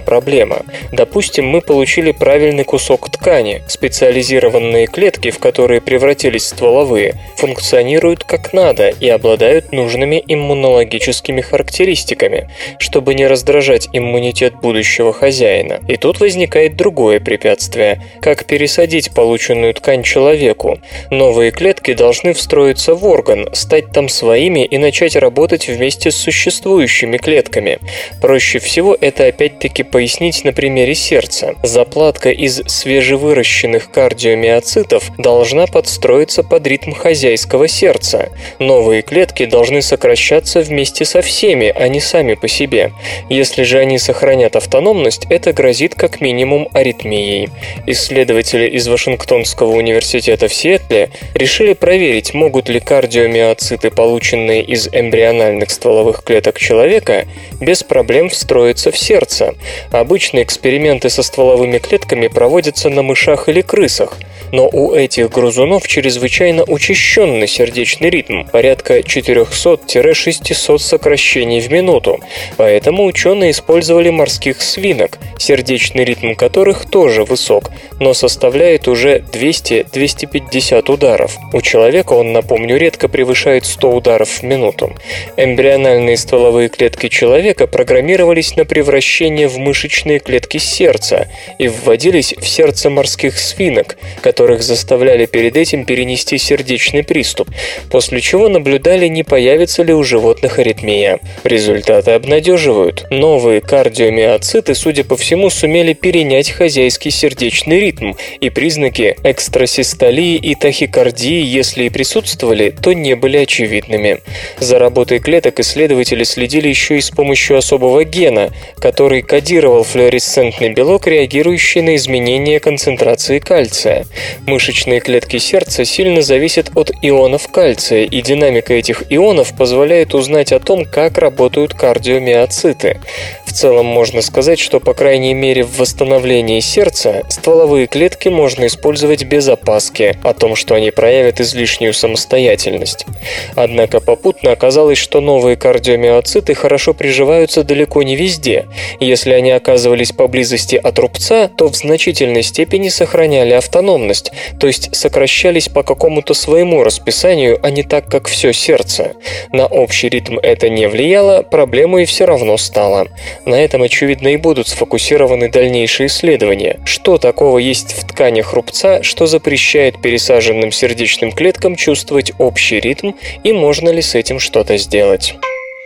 проблема. Допустим, мы получили правильный кусок ткани. Специализированные клетки, в которые превратились стволовые, функционируют как надо и обладают нужными иммунологическими характеристиками, чтобы не раздражать иммунитет будущего хозяина. И тут возникает другое препятствие – как пересадить полученную ткань человеку. Новые клетки должны встроиться в орган, стать там своими и начать работать вместе с существующими клетками. Проще всего это опять-таки пояснить на примере сердца. Заплатка из свежевыращенных кардиомиоцитов должна подстроиться под ритм хозяйского сердца. Новые клетки должны сокращаться вместе со всеми, а не сами по себе. Если же они сохранят автономность, это грозит как минимум аритмией. Исследователи из Вашингтонского университета в Сиэтле решили проверить, могут ли кардиомиоциты, полученные из эмбриональных стволовых клеток человека, без проблем встроиться в сердце. Обычно эксперименты со стволовыми клетками проводятся на мышах или крысах, но у этих грызунов чрезвычайно учащенный сердечный ритм, порядка четыреста-шестьсот сокращений в минуту. Поэтому ученые использовали морских свинок, сердечный ритм которых тоже высок, но составляет уже двести-двести пятьдесят ударов. У человека он, напомню, редко превышает сто ударов в минуту. Эмбриональные стволовые клетки человека программировались на превращение в мышечные клетки сердца и вводились в сердце морских свинок, которых заставляли перед этим перенести сердечный приступ, после чего наблюдали, не появится ли у животных аритмия. Результаты обнадеживают. Новые кардиомиоциты, судя по всему, сумели перенять хозяйский сердечный ритм, и признаки экстрасистолии и тахикардии, если и присутствовали, то не были очевидными. За работой клеток исследователи следили еще и с помощью особого гена, который кодировал флуоресцентный белок, реагирующий на изменения концентрации кальция. Мышечные клетки сердца сильно зависят от ионов кальция, и динамика этих ионов позволяет узнать о том, как работают кардиомиоциты. В целом можно сказать, что по крайней мере в восстановлении сердца стволовые клетки можно использовать без опаски о том, что они проявят излишнюю самостоятельность. Однако попутно оказалось, что новые кардиомиоциты хорошо приживаются далеко не везде. Если они оказывались поблизости от рубца, то в значительной степени сохраняли автономность, то есть сокращались по какому-то своему расписанию, а не так, как все сердце. На общий ритм это не влияло, проблемой все равно стало. На этом, очевидно, и будут сфокусированы дальнейшие исследования. Что такого есть в тканях рубца, что запрещает пересаженным сердечным клеткам чувствовать общий ритм, и можно ли с этим что-то сделать?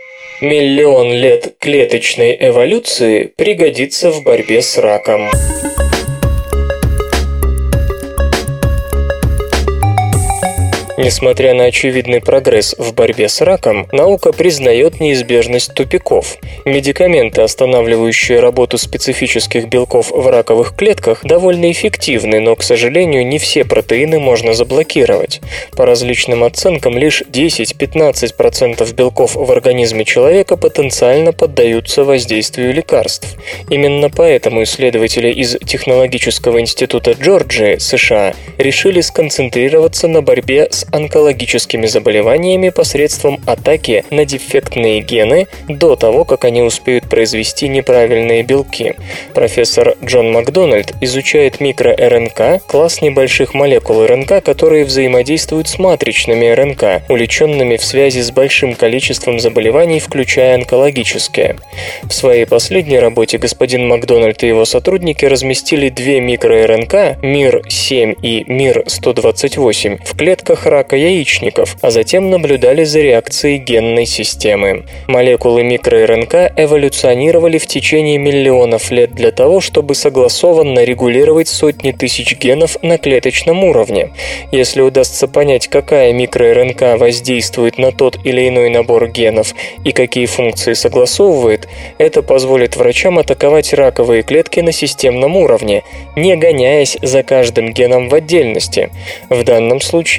Миллион лет клеточной эволюции пригодится в борьбе с раком. Несмотря на очевидный прогресс в борьбе с раком, наука признает неизбежность тупиков. Медикаменты, останавливающие работу специфических белков в раковых клетках, довольно эффективны, но, к сожалению, не все протеины можно заблокировать. По различным оценкам, лишь десять-пятнадцать процентов белков в организме человека потенциально поддаются воздействию лекарств. Именно поэтому исследователи из Технологического института Джорджии, США, решили сконцентрироваться на борьбе с онкологическими заболеваниями посредством атаки на дефектные гены до того, как они успеют произвести неправильные белки. Профессор Джон Макдональд изучает микро-РНК, класс небольших молекул РНК, которые взаимодействуют с матричными РНК, увлеченными в связи с большим количеством заболеваний, включая онкологические. В своей последней работе господин Макдональд и его сотрудники разместили две микро-РНК мир семь и мир сто двадцать восемь в клетках рака яичников, а затем наблюдали за реакцией генной системы. Молекулы микро-РНК эволюционировали в течение миллионов лет для того, чтобы согласованно регулировать сотни тысяч генов на клеточном уровне. Если удастся понять, какая микро-РНК воздействует на тот или иной набор генов и какие функции согласовывает, это позволит врачам атаковать раковые клетки на системном уровне, не гоняясь за каждым геном в отдельности. В данном случае, видимо,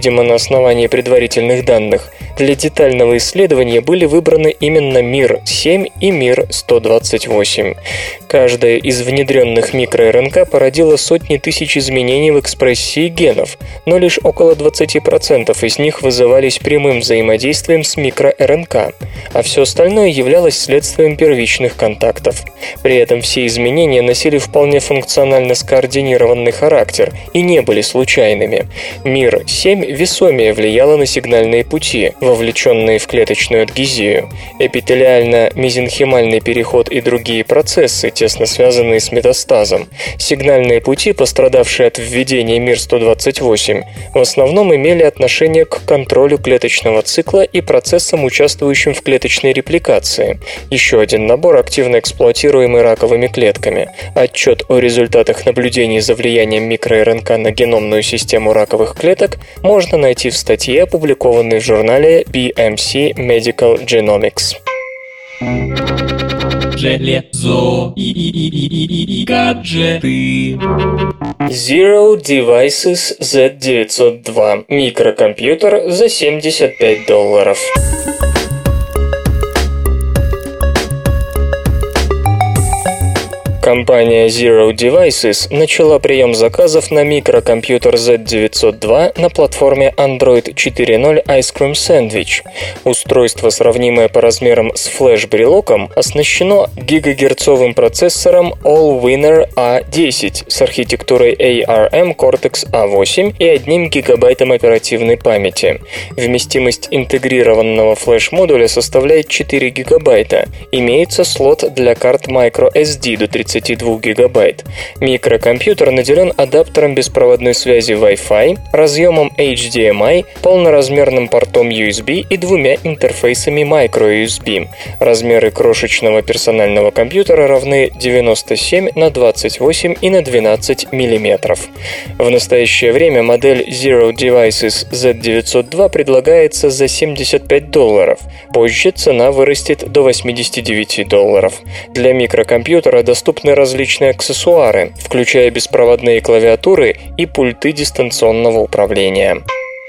видимо, на основании предварительных данных, для детального исследования были выбраны именно мир семь и мир сто двадцать восемь. Каждая из внедренных микро-РНК породила сотни тысяч изменений в экспрессии генов, но лишь около двадцать процентов из них вызывались прямым взаимодействием с микро-РНК, а все остальное являлось следствием первичных контактов. При этом все изменения носили вполне функционально скоординированный характер и не были случайными. мир семь весомее влияло на сигнальные пути, вовлеченные в клеточную адгезию, эпителиально-мезенхимальный переход и другие процессы, тесно связанные с метастазом. Сигнальные пути, пострадавшие от введения мир сто двадцать восемь, в основном имели отношение к контролю клеточного цикла и процессам, участвующим в клеточной репликации. Еще один набор, активно эксплуатируемый раковыми клетками. Отчет о результатах наблюдений за влиянием микро-РНК на геномную систему раковых клеток можно найти в статье, опубликованной в журнале би эм си Medical Genomics. Железо и, и, и, и, и, и гаджеты. Zero Devices зет девятьсот два. Микрокомпьютер за семьдесят пять долларов. Компания Zero Devices начала прием заказов на микрокомпьютер зет девятьсот два на платформе Android четыре ноль Ice Cream Sandwich. Устройство, сравнимое по размерам с флеш-брелоком, оснащено гигагерцовым процессором Allwinner а десять с архитектурой эй ар эм Cortex а восемь и одним гигабайтом оперативной памяти. Вместимость интегрированного флеш-модуля составляет четыре гигабайта. Имеется слот для карт microSD до тридцати двух гигабайт. Микрокомпьютер наделен адаптером беспроводной связи Wi-Fi, разъемом эйч ди эм ай, полноразмерным портом ю эс би и двумя интерфейсами microUSB. Размеры крошечного персонального компьютера равны девяносто семь на двадцать восемь и на двенадцать миллиметров. В настоящее время модель Zero Devices зет девятьсот два предлагается за семьдесят пять долларов. Позже цена вырастет до восемьдесят девять долларов. Для микрокомпьютера доступны различные аксессуары, включая беспроводные клавиатуры и пульты дистанционного управления.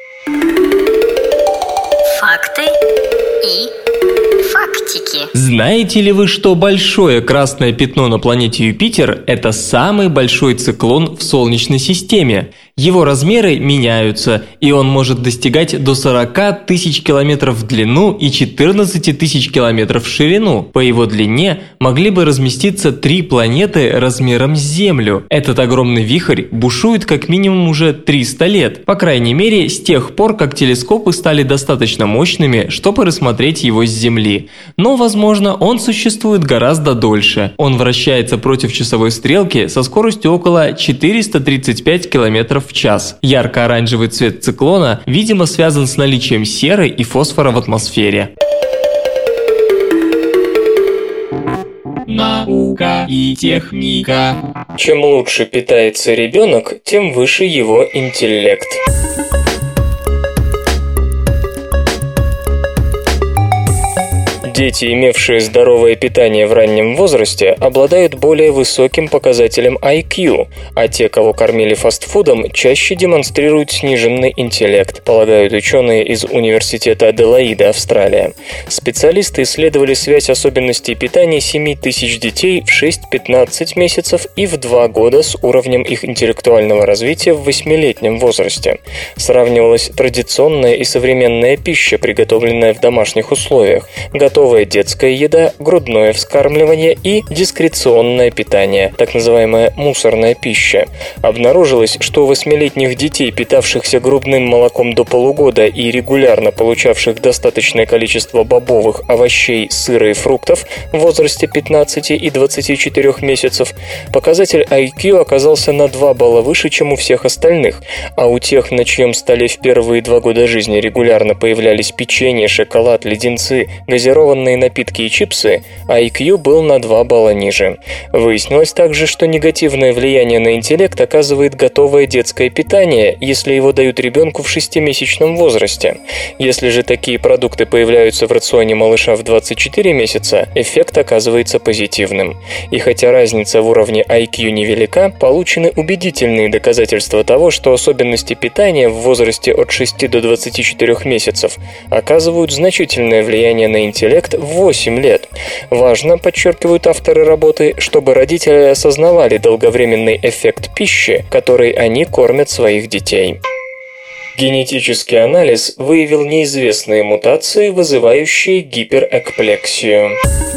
Факты и фактики. Знаете ли вы, что большое красное пятно на планете Юпитер – это самый большой циклон в Солнечной системе? Его размеры меняются, и он может достигать до сорок тысяч километров в длину и четырнадцать тысяч километров в ширину. По его длине могли бы разместиться три планеты размером с Землю. Этот огромный вихрь бушует как минимум уже триста лет, по крайней мере с тех пор, как телескопы стали достаточно мощными, чтобы рассмотреть его с Земли. Но, возможно, он существует гораздо дольше. Он вращается против часовой стрелки со скоростью около четыреста тридцать пять километров в час. Ярко-оранжевый цвет циклона, видимо, связан с наличием серы и фосфора в атмосфере. Наука и техника. Чем лучше питается ребенок, тем выше его интеллект. Дети, имевшие здоровое питание в раннем возрасте, обладают более высоким показателем ай кью, а те, кого кормили фастфудом, чаще демонстрируют сниженный интеллект, полагают ученые из Университета Аделаида, Австралия. Специалисты исследовали связь особенностей питания семь тысяч детей в шесть-пятнадцать месяцев и в два года с уровнем их интеллектуального развития в восьмилетнем возрасте. Сравнивалась традиционная и современная пища, приготовленная в домашних условиях, готовая детская еда, грудное вскармливание и дискреционное питание, так называемая мусорная пища. Обнаружилось, что у восьмилетних детей, питавшихся грудным молоком до полугода и регулярно получавших достаточное количество бобовых, овощей, сыра и фруктов в возрасте пятнадцати и двадцати четырёх месяцев, показатель ай кью оказался на два балла выше, чем у всех остальных, а у тех, на чьем столе в первые два года жизни регулярно появлялись печенье, шоколад, леденцы, газированные газированные напитки и чипсы, ай кью был на два балла ниже. Выяснилось также, что негативное влияние на интеллект оказывает готовое детское питание, если его дают ребенку в шестимесячном возрасте. Если же такие продукты появляются в рационе малыша в двадцать четыре месяца, эффект оказывается позитивным. И хотя разница в уровне ай кью невелика, получены убедительные доказательства того, что особенности питания в возрасте от шести до двадцати четырёх месяцев оказывают значительное влияние на интеллект в восемь лет. Важно, подчеркивают авторы работы, чтобы родители осознавали долговременный эффект пищи, которой они кормят своих детей. Генетический анализ выявил неизвестные мутации, вызывающие гиперэкплексию.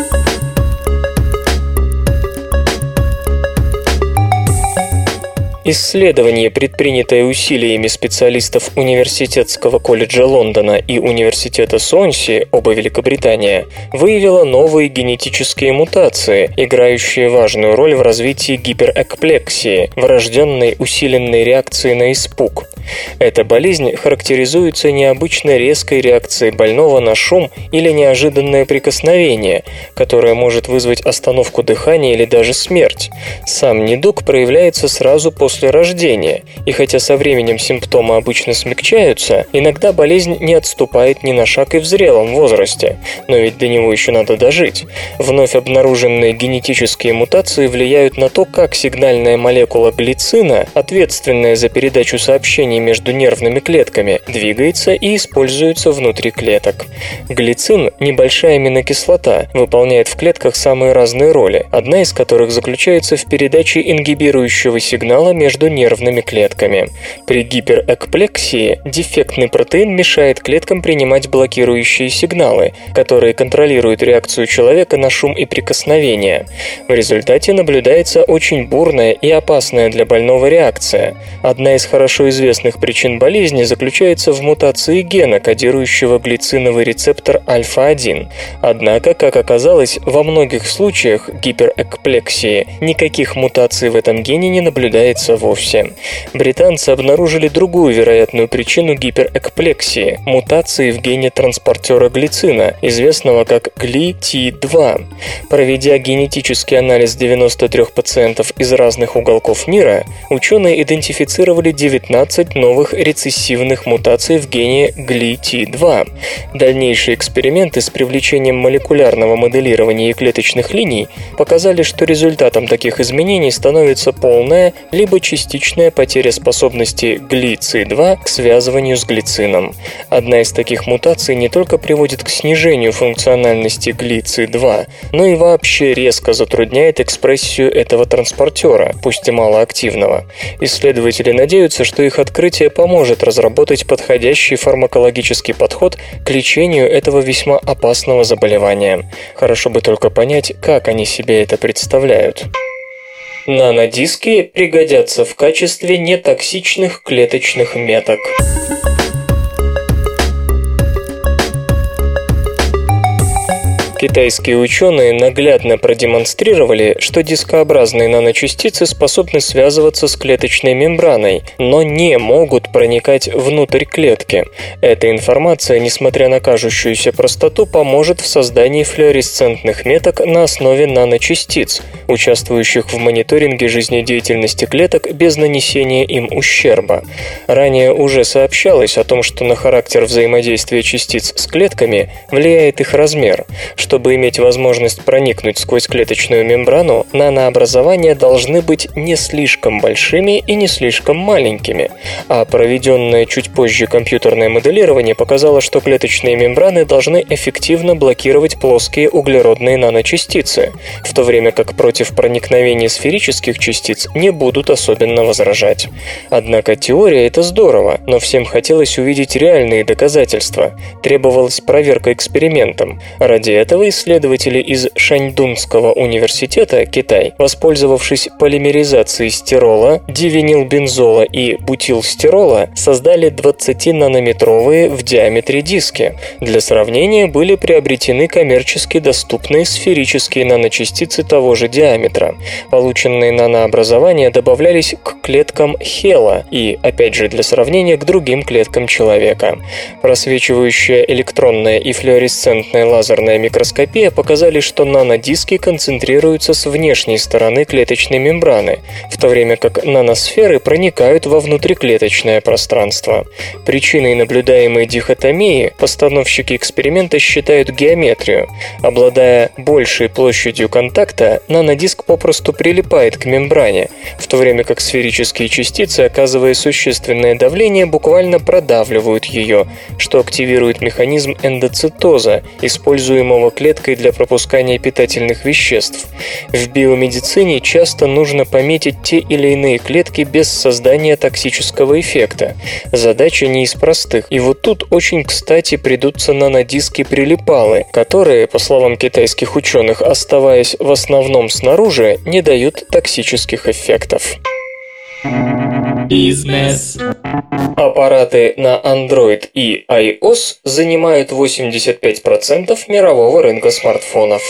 Исследование, предпринятое усилиями специалистов Университетского колледжа Лондона и Университета Сонси, оба Великобритания, выявило новые генетические мутации, играющие важную роль в развитии гиперэкплексии, врожденной усиленной реакции на испуг. Эта болезнь характеризуется необычно резкой реакцией больного на шум или неожиданное прикосновение, которое может вызвать остановку дыхания или даже смерть. Сам недуг проявляется сразу после после рождения, и хотя со временем симптомы обычно смягчаются, иногда болезнь не отступает ни на шаг и в зрелом возрасте, но ведь до него еще надо дожить. Вновь обнаруженные генетические мутации влияют на то, как сигнальная молекула глицина, ответственная за передачу сообщений между нервными клетками, двигается и используется внутри клеток. Глицин – небольшая аминокислота, выполняет в клетках самые разные роли, одна из которых заключается в передаче ингибирующего сигнала между нервными клетками. При гиперэкплексии дефектный протеин мешает клеткам принимать блокирующие сигналы, которые контролируют реакцию человека на шум и прикосновения. В результате наблюдается очень бурная и опасная для больного реакция. Одна из хорошо известных причин болезни заключается в мутации гена, кодирующего глициновый рецептор альфа один. Однако, как оказалось, во многих случаях гиперэкплексии никаких мутаций в этом гене не наблюдается вовсе. Британцы обнаружили другую вероятную причину гиперэкплексии – мутации в гене транспортера глицина, известного как гли ти два. Проведя генетический анализ девяноста трёх пациентов из разных уголков мира, ученые идентифицировали девятнадцать новых рецессивных мутаций в гене гли ти два. Дальнейшие эксперименты с привлечением молекулярного моделирования и клеточных линий показали, что результатом таких изменений становится полная либо частичная потеря способности гли си два к связыванию с глицином. Одна из таких мутаций не только приводит к снижению функциональности гли си два, но и вообще резко затрудняет экспрессию этого транспортера, пусть и малоактивного. Исследователи надеются, что их открытие поможет разработать подходящий фармакологический подход к лечению этого весьма опасного заболевания. Хорошо бы только понять, как они себе это представляют. Нанодиски пригодятся в качестве нетоксичных клеточных меток. Китайские ученые наглядно продемонстрировали, что дискообразные наночастицы способны связываться с клеточной мембраной, но не могут проникать внутрь клетки. Эта информация, несмотря на кажущуюся простоту, поможет в создании флуоресцентных меток на основе наночастиц, участвующих в мониторинге жизнедеятельности клеток без нанесения им ущерба. Ранее уже сообщалось о том, что на характер взаимодействия частиц с клетками влияет их размер. Чтобы иметь возможность проникнуть сквозь клеточную мембрану, нанообразования должны быть не слишком большими и не слишком маленькими. А проведенное чуть позже компьютерное моделирование показало, что клеточные мембраны должны эффективно блокировать плоские углеродные наночастицы, в то время как против проникновения сферических частиц не будут особенно возражать. Однако теория — это здорово, но всем хотелось увидеть реальные доказательства. Требовалась проверка экспериментом. Ради этого исследователи из Шаньдунского университета, Китай, воспользовавшись полимеризацией стирола, дивинилбензола и бутилстирола, создали двадцатинанометровые в диаметре диски. Для сравнения были приобретены коммерчески доступные сферические наночастицы того же диаметра. Полученные нанообразования добавлялись к клеткам Хела и, опять же для сравнения, к другим клеткам человека. Просвечивающая электронная и флуоресцентная лазерная микроскопия спектроскопия показали, что нанодиски концентрируются с внешней стороны клеточной мембраны, в то время как наносферы проникают во внутриклеточное пространство. Причиной наблюдаемой дихотомии постановщики эксперимента считают геометрию. Обладая большей площадью контакта, нанодиск попросту прилипает к мембране, в то время как сферические частицы, оказывая существенное давление, буквально продавливают ее, что активирует механизм эндоцитоза, используемого клеткой для пропускания питательных веществ. В биомедицине часто нужно пометить те или иные клетки без создания токсического эффекта. Задача не из простых, и вот тут очень кстати придутся нанодиски-прилипалы, которые, по словам китайских ученых, оставаясь в основном снаружи, не дают токсических эффектов. Бизнес. Аппараты на Android и iOS занимают восемьдесят пять процентов мирового рынка смартфонов.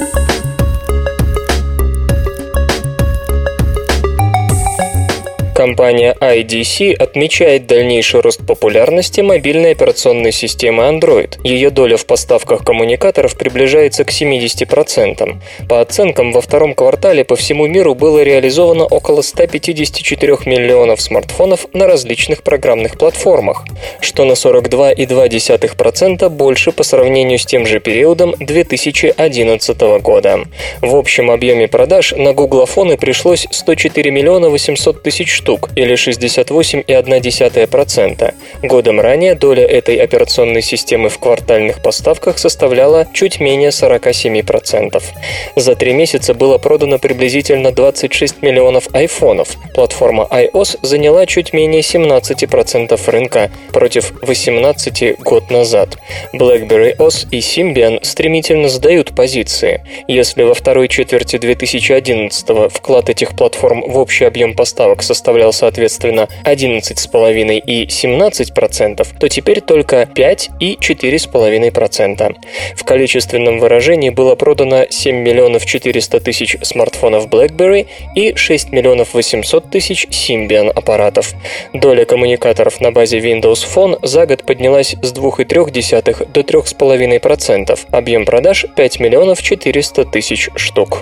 Компания ай ди си отмечает дальнейший рост популярности мобильной операционной системы Android. Ее доля в поставках коммуникаторов приближается к семидесяти процентам. По оценкам, во втором квартале по всему миру было реализовано около ста пятидесяти четырёх миллионов смартфонов на различных программных платформах, что на сорок два целых две десятых процента больше по сравнению с тем же периодом две тысячи одиннадцатого года. В общем объеме продаж на гуглофоны пришлось сто четыре миллиона восемьсот тысяч штук, или шестьдесят восемь целых одна десятая процента. Годом ранее доля этой операционной системы в квартальных поставках составляла чуть менее сорок семь процентов. За три месяца было продано приблизительно двадцать шесть миллионов айфонов. Платформа iOS заняла чуть менее семнадцать процентов рынка против восемнадцати процентов год назад. BlackBerry о эс и Symbian стремительно сдают позиции. Если во второй четверти две тысячи одиннадцатого вклад этих платформ в общий объем поставок составлял соответственно одиннадцать целых пять десятых и семнадцать процентов, то теперь только пять и четыре целых пять десятых процента. В количественном выражении было продано семь миллионов четыреста тысяч смартфонов BlackBerry и шесть миллионов восемьсот тысяч Symbian аппаратов. Доля коммуникаторов на базе Windows Phone за год поднялась с двух целых трёх десятых до трёх целых пяти десятых процента. Объем продаж пять миллионов четыреста тысяч штук.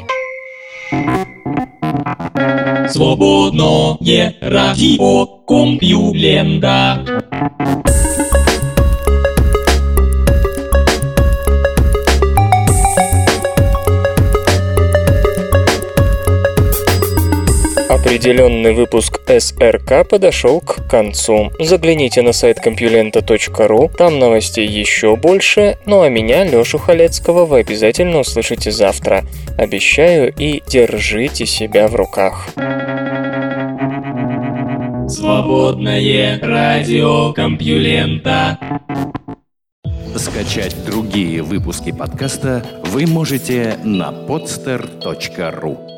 Свободное радио Компьюлента. Определенный выпуск эс эр ка подошел к концу. Загляните на сайт компьюлента точка ру, там новостей еще больше, ну а меня, Лешу Халецкого, вы обязательно услышите завтра. Обещаю, и держите себя в руках. Свободное радио Компьюлента. Скачать другие выпуски подкаста вы можете на подстер точка ру.